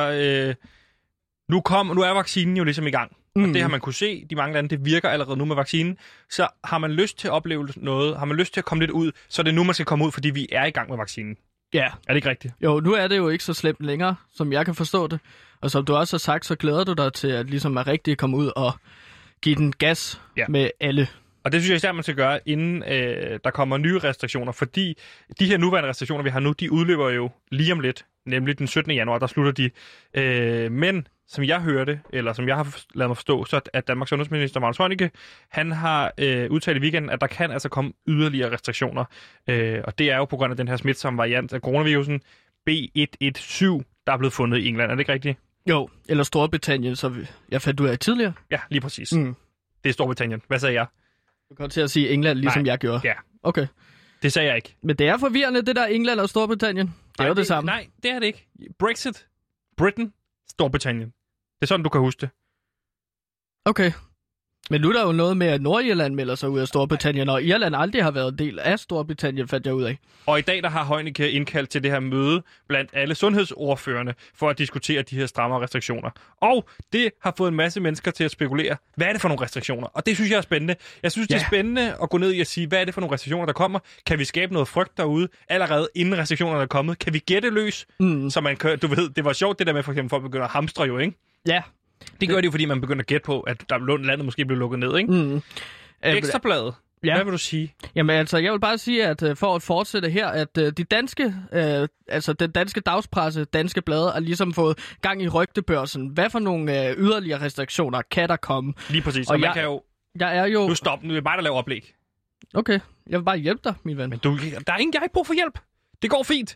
nu er vaccinen jo ligesom i gang. Og det har man kunne se. De mange lande, det virker allerede nu med vaccinen. Så har man lyst til at opleve noget, har man lyst til at komme lidt ud, så er det nu, man skal komme ud, fordi vi er i gang med vaccinen. Ja. Er det ikke rigtigt? Jo, nu er det jo ikke så slemt længere, som jeg kan forstå det. Og som du også har sagt, så glæder du dig til at ligesom er rigtigt komme ud og give den gas med alle. Og det synes jeg især, man skal gøre, inden der kommer nye restriktioner. Fordi de her nuværende restriktioner, vi har nu, de udløber jo lige om lidt. Nemlig den 17. januar, der slutter de. Men som jeg hørte, eller som jeg har ladet mig forstå, så at Danmarks sundhedsminister Magnus Heunicke, han har udtalt i weekenden, at der kan altså komme yderligere restriktioner. Og det er jo på grund af den her smitsomme variant af coronavirusen, B117, der er blevet fundet i England. Er det ikke rigtigt? Jo, eller Storbritannien, så jeg fandt ud af tidligere. Ja, lige præcis. Det er Storbritannien. Hvad sagde jeg? Du kan til at sige England, ligesom jeg gjorde. Ja. Okay. Det sagde jeg ikke. Men det er forvirrende, det der England og Storbritannien. Det er jo det samme. Nej, det er det ikke. Brexit, Britain, Storbritannien. Det er sådan, du kan huske det. Okay. Men nu er der jo noget med, at Nordirland melder sig ud af Storbritannien, og Irland aldrig har været en del af Storbritannien, fandt jeg ud af. Og i dag der har Heunicke indkaldt til det her møde blandt alle sundhedsordførerne for at diskutere de her strammere restriktioner. Og det har fået en masse mennesker til at spekulere, hvad er det for nogle restriktioner? Og det synes jeg er spændende. Jeg synes, det er spændende at gå ned i at sige, hvad er det for nogle restriktioner, der kommer? Kan vi skabe noget frygt derude allerede inden restriktionerne er kommet? Kan vi gætte løs? Så man kan, du ved, det var sjovt det der med, for eksempel folk begynder at hamstre jo, ikke? Ja. Det gør det jo, fordi man begynder at gætte på, at landet måske blev lukket ned, ikke? Ekstrabladet. Ja. Hvad vil du sige? Jamen altså, jeg vil bare sige, at for at fortsætte her, at de danske, den danske dagspresse, danske blade, har ligesom fået gang i rygtebørsen. Hvad for nogle yderligere restriktioner kan der komme? Lige præcis, og man kan jo... Jeg er jo... Nu stop, nu er det bare der laver oplæg. Okay, jeg vil bare hjælpe dig, min ven. Men der er ingen, jeg har ikke brug for hjælp. Det går fint.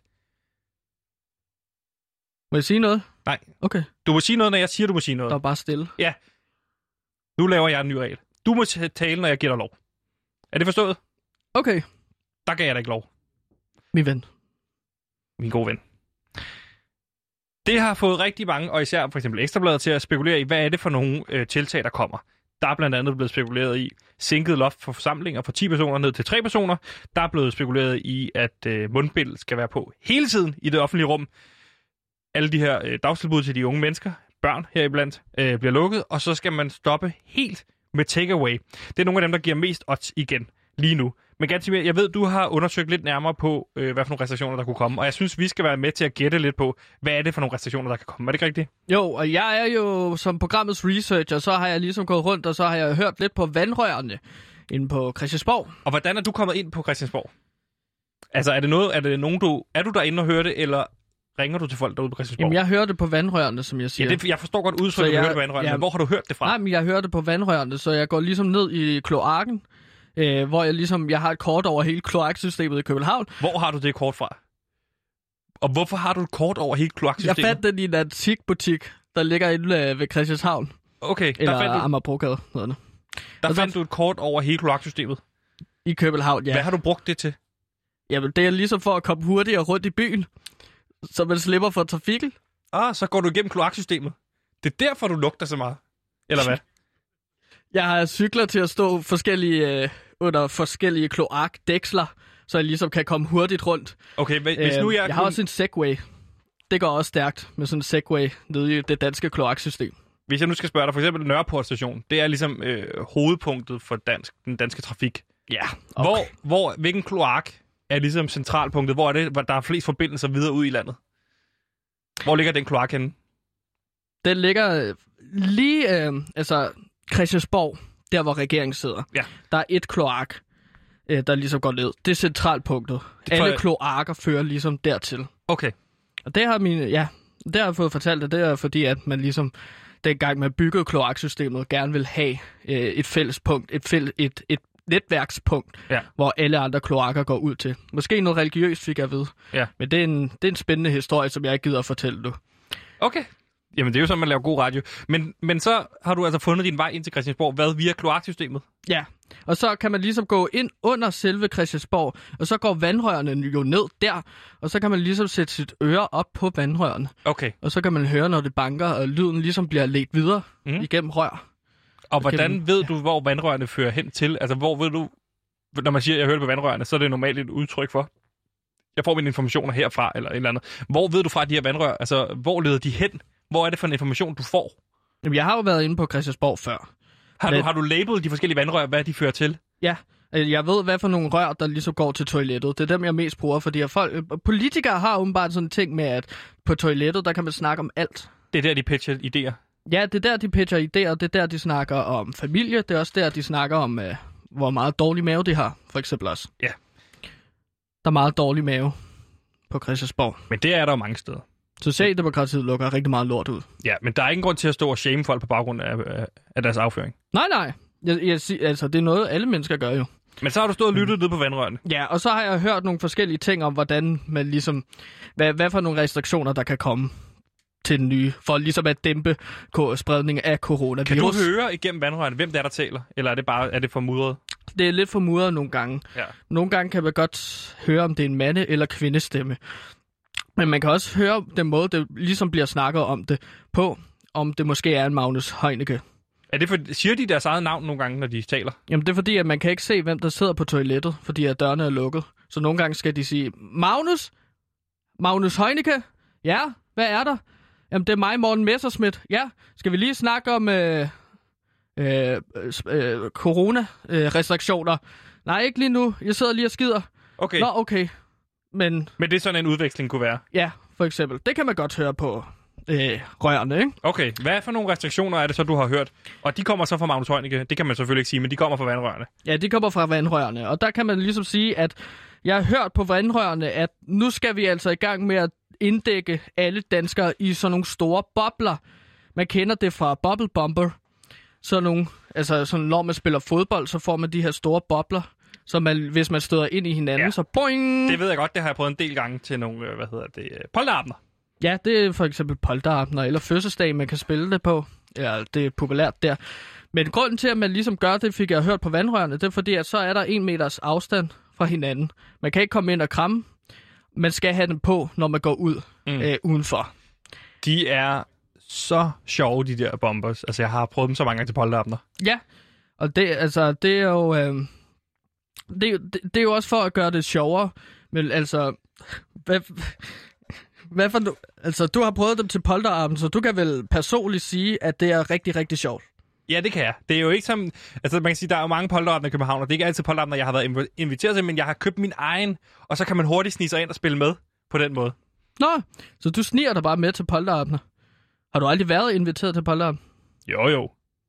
Må jeg sige noget? Nej. Okay. Du må sige noget, når jeg siger, du må sige noget. Der er bare stille. Ja. Nu laver jeg en ny regel. Du må tale, når jeg giver dig lov. Er det forstået? Okay. Der gav jeg dig ikke lov. Min ven. Min gode ven. Det har fået rigtig mange, og især for eksempel Ekstrabladet, til at spekulere i, hvad er det for nogle tiltag, der kommer. Der er blandt andet blevet spekuleret i sænket loft for forsamlinger fra 10 personer ned til 3 personer. Der er blevet spekuleret i, at mundbind skal være på hele tiden i det offentlige rum. Alle de her dagtilbud til de unge mennesker, børn heriblandt, bliver lukket, og så skal man stoppe helt med takeaway. Det er nogle af dem, der giver mest odds igen lige nu. Men Gantimir, jeg ved, du har undersøgt lidt nærmere på, hvad for nogle restriktioner, der kunne komme, og jeg synes, vi skal være med til at gætte lidt på, hvad er det for nogle restriktioner, der kan komme. Er det ikke rigtigt? Jo, og jeg er jo som programmets researcher, så har jeg ligesom gået rundt, og så har jeg hørt lidt på vandrørene inde på Christiansborg. Og hvordan er du kommet ind på Christiansborg? Altså, er du derinde og hører det, eller ringer du til folk derude på Christiansborg? Jamen, jeg hørte det på vandrørene, som jeg siger. Ja, jeg forstår godt udtryk, at du hørte på vandrørene, men hvor har du hørt det fra? Nej, men jeg hørte det på vandrørene, så jeg går ligesom ned i kloakken, hvor jeg har et kort over hele kloaksystemet i København. Hvor har du det kort fra? Og hvorfor har du et kort over hele kloaksystemet? Jeg fandt den i en antikbutik, der ligger inde ved Christianshavn. Okay, eller Amagerbrogade, hedder det. Der fandt du et kort over hele kloaksystemet. I København, ja. Hvad har du brugt det til? Jamen, det er ligesom for at komme hurtigere rundt i byen, så man slipper for trafikken. Så går du igennem kloaksystemet. Det er derfor, du lugter så meget. Eller hvad? Jeg har cykler til at stå under forskellige kloakdæksler, så jeg ligesom kan komme hurtigt rundt. Okay, hvis nu jeg har også en Segway. Det går også stærkt med sådan en Segway nede i det danske kloaksystem. Hvis jeg nu skal spørge dig, for eksempel Nørreport station, det er ligesom hovedpunktet for den danske trafik. Ja. Okay. Hvilken kloak er ligesom centralpunktet? Hvor er det, hvor der er flest forbindelser videre ud i landet? Hvor ligger den kloak henne? Den ligger lige, Christiansborg, der hvor regeringen sidder. Ja. Der er et kloak, der ligesom går ned. Det er centralpunktet. Alle kloakker fører ligesom dertil. Okay. Og det har det har jeg fået fortalt, og det er fordi, at man ligesom dengang man byggede kloaksystemet, gerne vil have et fælles punkt, et netværkspunkt, hvor alle andre kloakker går ud til. Måske noget religiøst, fik jeg ved. Ja. Men det er en spændende historie, som jeg ikke gider at fortælle nu. Okay. Jamen, det er jo sådan, man laver god radio. Men så har du altså fundet din vej ind til Christiansborg. Via kloaksystemet? Ja, og så kan man ligesom gå ind under selve Christiansborg, og så går vandrørene jo ned der, og så kan man ligesom sætte sit øre op på vandrørene. Okay. Og så kan man høre, når det banker, og lyden ligesom bliver ledt videre igennem rør. Og hvordan ved du, hvor vandrørene fører hen til? Altså, hvor ved du, når man siger, at jeg hører det på vandrørene, så er det normalt et udtryk for, jeg får mine informationer herfra, eller et eller andet. Hvor ved du fra de her vandrør? Altså, hvor leder de hen? Hvor er det for en information, du får? Jamen, jeg har jo været inde på Christiansborg før. Har du labelet de forskellige vandrør, hvad de fører til? Ja, jeg ved, hvad for nogle rør, der ligesom går til toilettet. Det er dem, jeg mest bruger, fordi politikere har åbenbart sådan en ting med, at på toilettet, der kan man snakke om alt. Det er der, de pitcher idéer? Ja, det er der, de pitcher idéer. Det er der, de snakker om familie. Det er også der, de snakker om, hvor meget dårlig mave de har, for eksempel også. Ja. Der er meget dårlig mave på Christiansborg. Men det er der jo mange steder. Socialdemokratiet lukker rigtig meget lort ud. Ja, men der er ingen grund til at stå og shame folk på baggrund af deres afføring. Nej. Altså, det er noget, alle mennesker gør jo. Men så har du stået og lyttet ned på vandrørene. Ja, og så har jeg hørt nogle forskellige ting om, hvordan man ligesom... Hvad for nogle restriktioner, der kan komme til den nye, for ligesom at dæmpe spredningen af coronavirus. Kan du høre igennem vandrørene, hvem der taler? Eller er det formudret? Det er lidt formudret nogle gange. Ja. Nogle gange kan man godt høre, om det er en mande- eller kvindestemme. Men man kan også høre den måde, det ligesom bliver snakket om det på, om det måske er en Magnus Heunicke. Siger de deres eget navn nogle gange, når de taler? Jamen det er fordi, at man kan ikke se, hvem der sidder på toilettet, fordi at dørene er lukket. Så nogle gange skal de sige, Magnus Heunicke? Ja, hvad er der? Jamen det er mig, Morten Messerschmidt. Ja, skal vi lige snakke om corona-restriktioner? Nej, ikke lige nu. Jeg sidder lige og skider. Okay. Nå, okay. Men det er sådan en udveksling kunne være? Ja, for eksempel. Det kan man godt høre på rørene, ikke? Okay. Hvad for nogle restriktioner er det så, du har hørt? Og de kommer så fra Magnus Heunicke. Det kan man selvfølgelig ikke sige, men de kommer fra vandrørene. Ja, de kommer fra vandrørene. Og der kan man ligesom sige, at jeg har hørt på vandrørene, at nu skal vi altså i gang med at inddække alle danskere i sådan nogle store bobler. Man kender det fra Bubble Bumper. Sådan når man spiller fodbold, så får man de her store bobler. Så hvis man støder ind i hinanden, så boing! Det ved jeg godt, det har jeg prøvet en del gange til nogle, polterabender. Ja, det er for eksempel polterabender eller fødselsdag, man kan spille det på. Ja, det er populært der. Men grunden til, at man ligesom gør det, fik jeg hørt på vandrørene, det er fordi, at så er der 1 meters afstand fra hinanden. Man kan ikke komme ind og kramme. Man skal have den på, når man går ud udenfor. De er så sjove, de der bombers. Altså, jeg har prøvet dem så mange gange til polterabender. Ja, og det er jo... Det er jo også for at gøre det sjovere, men altså, hvad for nu? Altså, du har prøvet dem til polterabend, så du kan vel personligt sige, at det er rigtig, rigtig sjovt. Ja, det kan jeg. Det er jo ikke som... Altså, man kan sige, der er jo mange polterabender i København, og det er ikke altid polterabender, jeg har været inviteret til, men jeg har købt min egen, og så kan man hurtigt snige sig ind og spille med på den måde. Nå, så du sniger dig bare med til polterabender. Har du aldrig været inviteret til polterabend? Jo.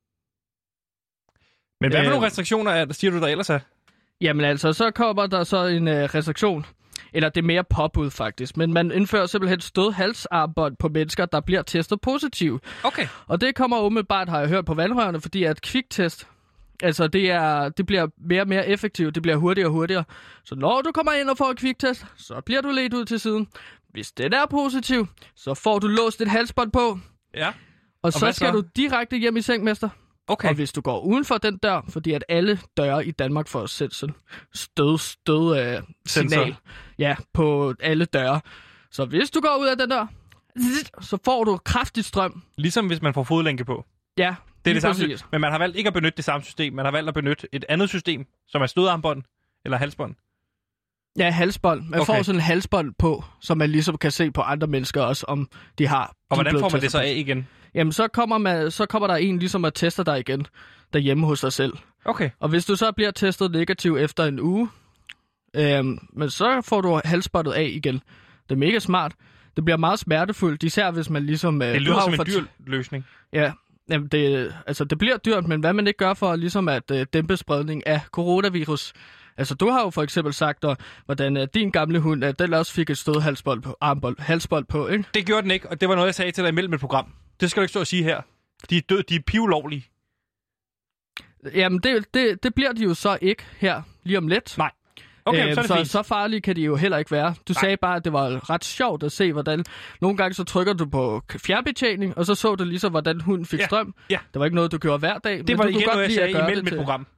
Men hvad for nogle restriktioner siger du der ellers er? Jamen altså, så kommer der så en restriktion, eller det er mere påbud faktisk, men man indfører simpelthen stødhalsarmbånd på mennesker, der bliver testet positiv. Okay. Og det kommer umiddelbart, har jeg hørt på vandrørene, fordi at kviktest, altså det bliver mere og mere effektivt, det bliver hurtigere og hurtigere. Så når du kommer ind og får en kviktest, så bliver du ledt ud til siden. Hvis den er positiv, så får du låst et halsbånd på. Ja. Og så skal du direkte hjem i seng, mester. Okay. Og hvis du går uden for den dør, fordi at alle døre i Danmark får sæt sådan stød signal på alle døre. Så hvis du går ud af den dør, så får du kraftigt strøm. Ligesom hvis man får fodlænke på. Ja, det er det samme system. Men man har valgt ikke at benytte det samme system. Man har valgt at benytte et andet system, som er stødarmbånd eller halsbånd. Ja, halsbånd. Man får sådan en halsbånd på, som man ligesom kan se på andre mennesker også, om de har. Og hvordan får man det så af igen? Jamen, så kommer der en ligesom at teste dig igen derhjemme hos dig selv. Okay. Og hvis du så bliver testet negativ efter en uge, men så får du halsbåndet af igen. Det er mega smart. Det bliver meget smertefuldt, især hvis man ligesom... det lyder som en dyr løsning. Ja, jamen det bliver dyrt, men hvad man ikke gør for ligesom at dæmpe spredning af coronavirus. Altså, du har jo for eksempel sagt, hvordan din gamle hund, den også fik et halsbånd på, ikke? Det gjorde den ikke, og det var noget, jeg sagde til dig imellem et program. Det skal du ikke stå og sige her. De er døde, de er pivlovlige. Jamen, det bliver de jo så ikke her lige om lidt. Nej. Okay, så farlige kan de jo heller ikke være. Du sagde bare, at det var ret sjovt at se, hvordan... Nogle gange så trykker du på fjernbetjening, og så du ligesom, hvordan hunden fik strøm. Ja. Det var ikke noget, du gjorde hver dag. Det var igen noget, jeg sagde imellem et program.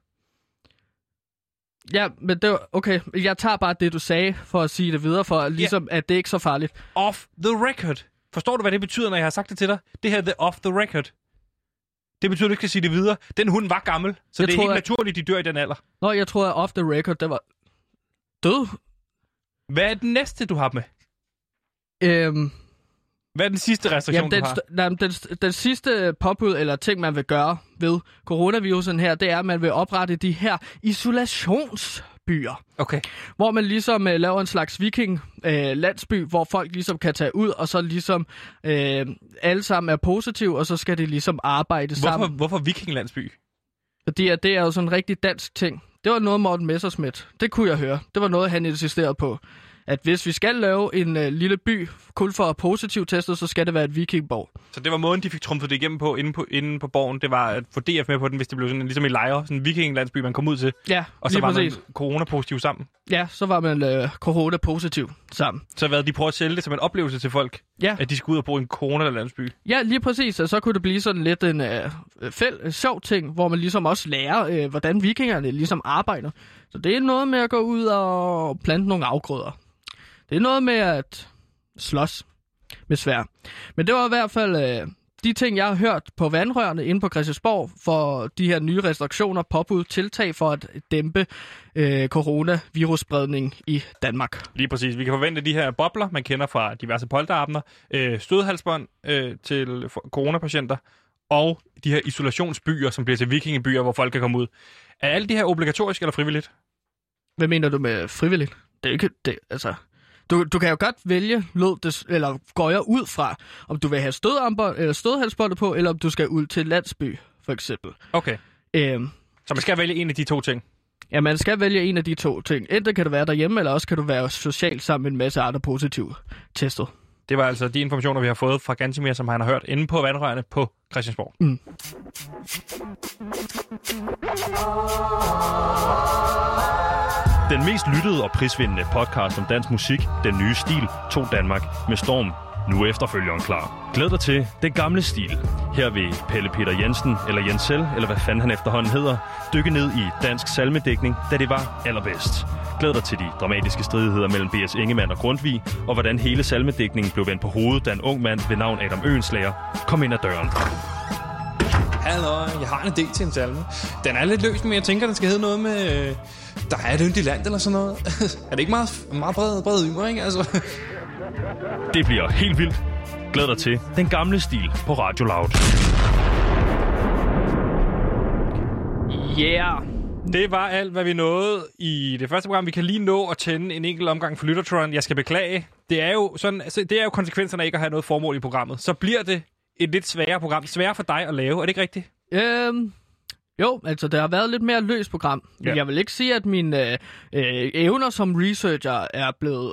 Ja, men det var... Okay, jeg tager bare det, du sagde, for at sige det videre, for ligesom, at det ikke er så farligt. Off the record. Forstår du, hvad det betyder, når jeg har sagt det til dig? Det her, the off the record. Det betyder, at du ikke kan sige det videre. Den hund var gammel, så det er helt naturligt, de dør i den alder. Nå, jeg tror, at off the record, det var... Død? Hvad er den næste, du har med? Hvad er den sidste restriktion, du har? Den sidste påbud, eller ting, man vil gøre ved coronavirusen her, det er, at man vil oprette de her isolationsbyer. Okay. Hvor man ligesom laver en slags viking-landsby, hvor folk ligesom kan tage ud, og så ligesom alle sammen er positive, og så skal de ligesom arbejde sammen. Hvorfor viking-landsby? Fordi det er jo sådan en rigtig dansk ting. Det var noget Morten Messerschmidt. Det kunne jeg høre. Det var noget, han insisterede på. At hvis vi skal lave en lille by kun for positiv testet, så skal det være et vikingborg. Så det var måden, de fik trumfet det igennem på inde på borgen. Det var at få DF med på den, hvis det blev sådan, ligesom i Lejre. Sådan en vikinglandsby, man kom ud til. Ja, og så var man coronapositiv sammen. Ja, så var man coronapositiv sammen. Så de prøver at sælge det som en oplevelse til folk? Ja. At de skulle ud og bo i en coronalandsby? Ja, lige præcis. Og så kunne det blive sådan lidt en sjov ting, hvor man ligesom også lærer, hvordan vikingerne ligesom arbejder. Så det er noget med at gå ud og plante nogle afgrøder. Det er noget med at slås med sværd. Men det var i hvert fald de ting, jeg har hørt på vandrørene inde på Christiansborg for de her nye restriktioner, påbud, tiltag for at dæmpe coronavirusspredning i Danmark. Lige præcis. Vi kan forvente de her bobler, man kender fra diverse polterabner, stødhalsbånd til coronapatienter, og de her isolationsbyer, som bliver til vikingebyer, hvor folk kan komme ud. Er alle de her obligatoriske eller frivilligt? Hvad mener du med frivilligt? Det er ikke... Du kan jo godt vælge, eller går jeg ud fra, om du vil have stødhalsbåndet på, eller om du skal ud til landsby, for eksempel. Okay. Så man skal vælge en af de to ting? Ja, man skal vælge en af de to ting. Enten kan du være derhjemme, eller også kan du være socialt sammen med en masse andre positive testet. Det var altså de informationer, vi har fået fra Gantimir, som han har hørt inde på vandrørene på Christiansborg. Mm. Den mest lyttede og prisvindende podcast om dansk musik, Den Nye Stil, tog Danmark med storm. Nu er efterfølgeren klar. Glæd dig til Den Gamle Stil. Her vil Pelle Peter Jensen, eller Jensel, eller hvad fanden han efterhånden hedder, dykke ned i dansk salmedækning, da det var allerbedst. Glæd dig til de dramatiske stridigheder mellem B.S. Ingemann og Grundtvig, og hvordan hele salmedækningen blev vendt på hovedet, da en ung mand ved navn Adam Øenslager kom ind ad døren. Hallo, jeg har en idé til en salme. Den er lidt løs, men jeg tænker, den skal hedde noget med... Der er et yndigt land eller sådan noget. Er det ikke meget bred ymer, ikke? Altså... Det bliver helt vildt. Glæd dig til Den Gamle Stil på Radio Loud. Yeah! Det var alt, hvad vi nåede i det første program. Vi kan lige nå at tænde en enkelt omgang for Lyttertron. Jeg skal beklage. Det er jo sådan, altså, det er jo konsekvenserne af ikke at have noget formål i programmet. Så bliver det et lidt sværere program. Sværere for dig at lave. Er det ikke rigtigt? Jo, altså det har været lidt mere løst program. Ja. Jeg vil ikke sige, at mine evner som researcher er blevet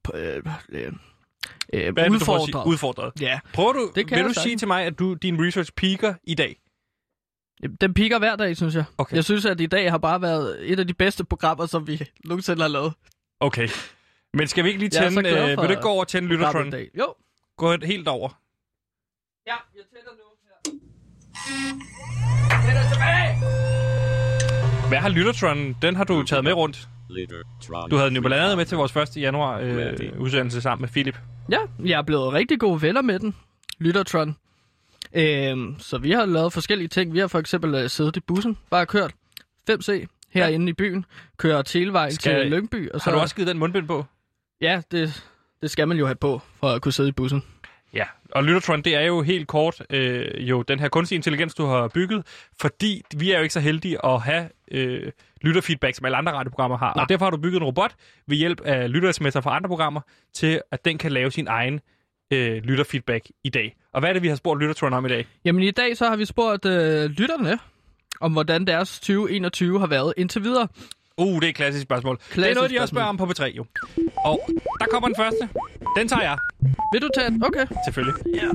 udfordret. Ja. Vil du sige til mig, at din research peaker i dag? Den peaker hver dag, synes jeg. Okay. Jeg synes, at i dag har bare været et af de bedste programmer, som vi nogensinde har lavet. Okay. Men skal vi ikke lige tænde... Vil du ikke gå over og tænde Lyttertron? Jo. Gå helt over. Ja, jeg tænder nu her. Hvad har Lyttertron? Den har du taget med rundt. Du havde den jo blandt andet med til vores 1. januar udsendelse sammen med Philip. Ja, jeg er blevet rigtig gode venner med den. Lyttertron. Så vi har lavet forskellige ting. Vi har for eksempel siddet i bussen, bare kørt 5C herinde i byen, kører Televejen til Lyngby. Og så... Har du også givet den mundbind på? Ja, det skal man jo have på, for at kunne sidde i bussen. Ja, og Lyttertron, det er jo helt kort jo den her kunstig intelligens, du har bygget, fordi vi er jo ikke så heldige at have lytterfeedback, som alle andre radioprogrammer har. Nej. Og derfor har du bygget en robot ved hjælp af lyttersms'er fra andre programmer, til at den kan lave sin egen lytterfeedback i dag. Og hvad er det, vi har spurgt Lyttertron om i dag? Jamen i dag så har vi spurgt lytterne om, hvordan deres 2021 har været indtil videre. Det er et klassisk spørgsmål. Det er noget, de også spørger om på P3, jo. Og der kommer den første. Den tager jeg. Vil du tage den? Okay. Selvfølgelig. Ja.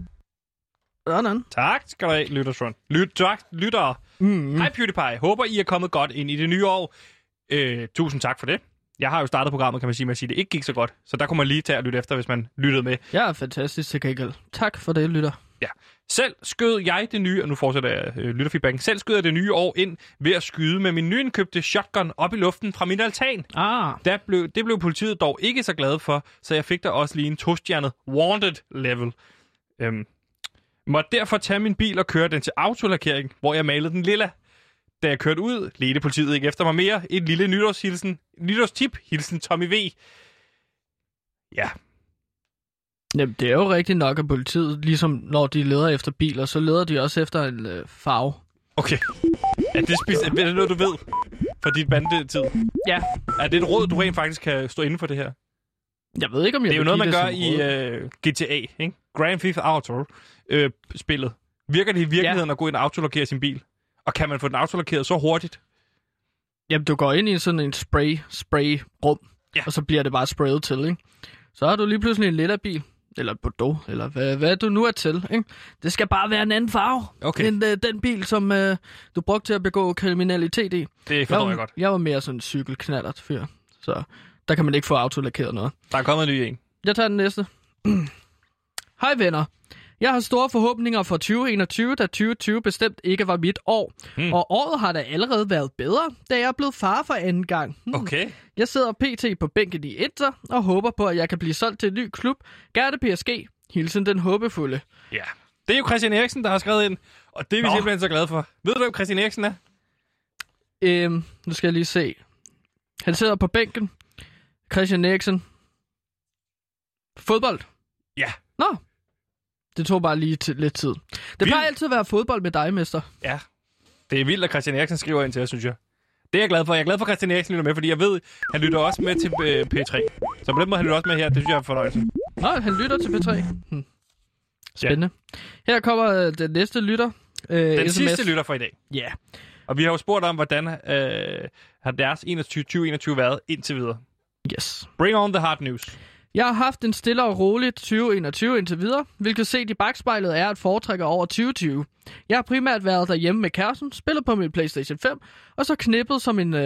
Sådan. Tak skal du have, Lyttertron. Lyttere. Hej PewDiePie. Håber, I er kommet godt ind i det nye år. Tusind tak for det. Jeg har jo startet programmet, kan man sige, med at sige, at det ikke gik så godt. Så der kunne man lige tage og lytte efter, hvis man lyttede med. Ja, fantastisk til gengæld. Tak for det, lytter. Ja. Selv skød jeg det nye, og nu fortsætter jeg lytterfeedbacken, selv skød jeg det nye år ind ved at skyde med min nyindkøbte shotgun op i luften fra min altan. Det blev politiet dog ikke så glade for, så jeg fik der også lige en 2-stjernet wanted level. Måtte derfor tage min bil og køre den til autolakering, hvor jeg malede den lilla. Da jeg kørte ud, ledte politiet ikke efter mig mere. Et lille nytårstip, hilsen Tommy V. Ja. Jamen, det er jo rigtigt nok, at politiet, ligesom når de leder efter biler, så leder de også efter en farve. Okay. Er det noget, du ved fra dit bandetid? Ja. Er det et råd, du rent faktisk kan stå inden for det her? Jeg ved ikke, om jeg det er jo noget, man gør i GTA, ikke? Grand Theft Auto-spillet. Virker det i virkeligheden at gå ind og autolakere sin bil? Og kan man få den autolakeret så hurtigt? Jamen, du går ind i sådan en spray-rum, og så bliver det bare sprayet til, ikke? Så har du lige pludselig en lilla bil, eller Bordeaux, eller hvad du nu er til, ikke? Det skal bare være en anden farve, end den bil, som du brugte til at begå kriminalitet i. Det forstår jeg godt. Jeg var mere sådan en cykelknallert fyr, så der kan man ikke få autolakeret noget. Der er kommet en ny en. Jeg tager den næste. Hej venner. Jeg har store forhåbninger for 2021, da 2020 bestemt ikke var mit år. Og året har da allerede været bedre, da jeg er blevet far for anden gang. Okay. Jeg sidder pt. På bænken i Inter og håber på, at jeg kan blive solgt til en ny klub. Gerne PSG. Hilsen den håbefulde. Ja. Det er jo Christian Eriksen, der har skrevet ind, og det er vi simpelthen så glade for. Ved du, hvem Christian Eriksen er? Nu skal jeg lige se. Han sidder på bænken. Christian Eriksen. Fodbold. Ja. Nå. Det tog bare lige lidt tid. Det plejer altid at være fodbold med dig, mester. Ja. Det er vildt, at Christian Eriksen skriver ind til jer, synes jeg. Det er jeg glad for. Jeg er glad for, at Christian Eriksen lytter med, fordi jeg ved, han lytter også med til P3. Så på den måde, han lytter også med her. Det synes jeg er fornøjelse. Nå, han lytter til P3. Spændende. Ja. Her kommer den næste lytter. Den SMS. sidste lytter for i dag. Ja. Og vi har jo spurgt om, hvordan har deres 2021 været indtil videre. Yes. Bring on the hard news. Jeg har haft en stille og roligt 2021 indtil videre, hvilket set i bagspejlet er et foretrækker over 2020. Jeg har primært været derhjemme med kæresten, spillet på min PlayStation 5, og så knippet som en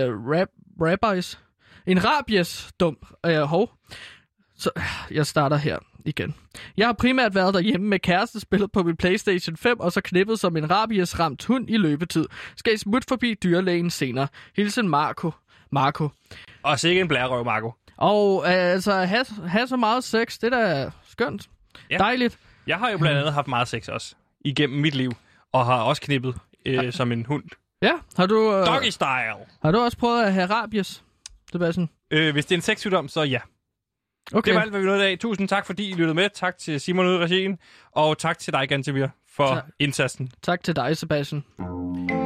rabies-dum. Så jeg starter her igen. Jeg har primært været derhjemme med kæresten, spillet på min PlayStation 5, og så knippet som en rabies-ramt hund i løbetid. Skal I smutte forbi dyrlægen senere. Hilsen Marco. Og sikke en blærerøv, Marco. Og altså, have så meget sex, det er da skønt. Ja. Dejligt. Jeg har jo blandt andet haft meget sex også, igennem mit liv, og har også knippet som en hund. Ja, har du... Doggy style. Har du også prøvet at have rabies, Sebastian? Hvis det er en sexsygdom, så ja. Okay. Det var alt, hvad vi nåede i dag. Tusind tak, fordi I lyttede med. Tak til Simon ude i regien, og tak til dig, Gantemir, for indsatsen. Tak til dig, Sebastian.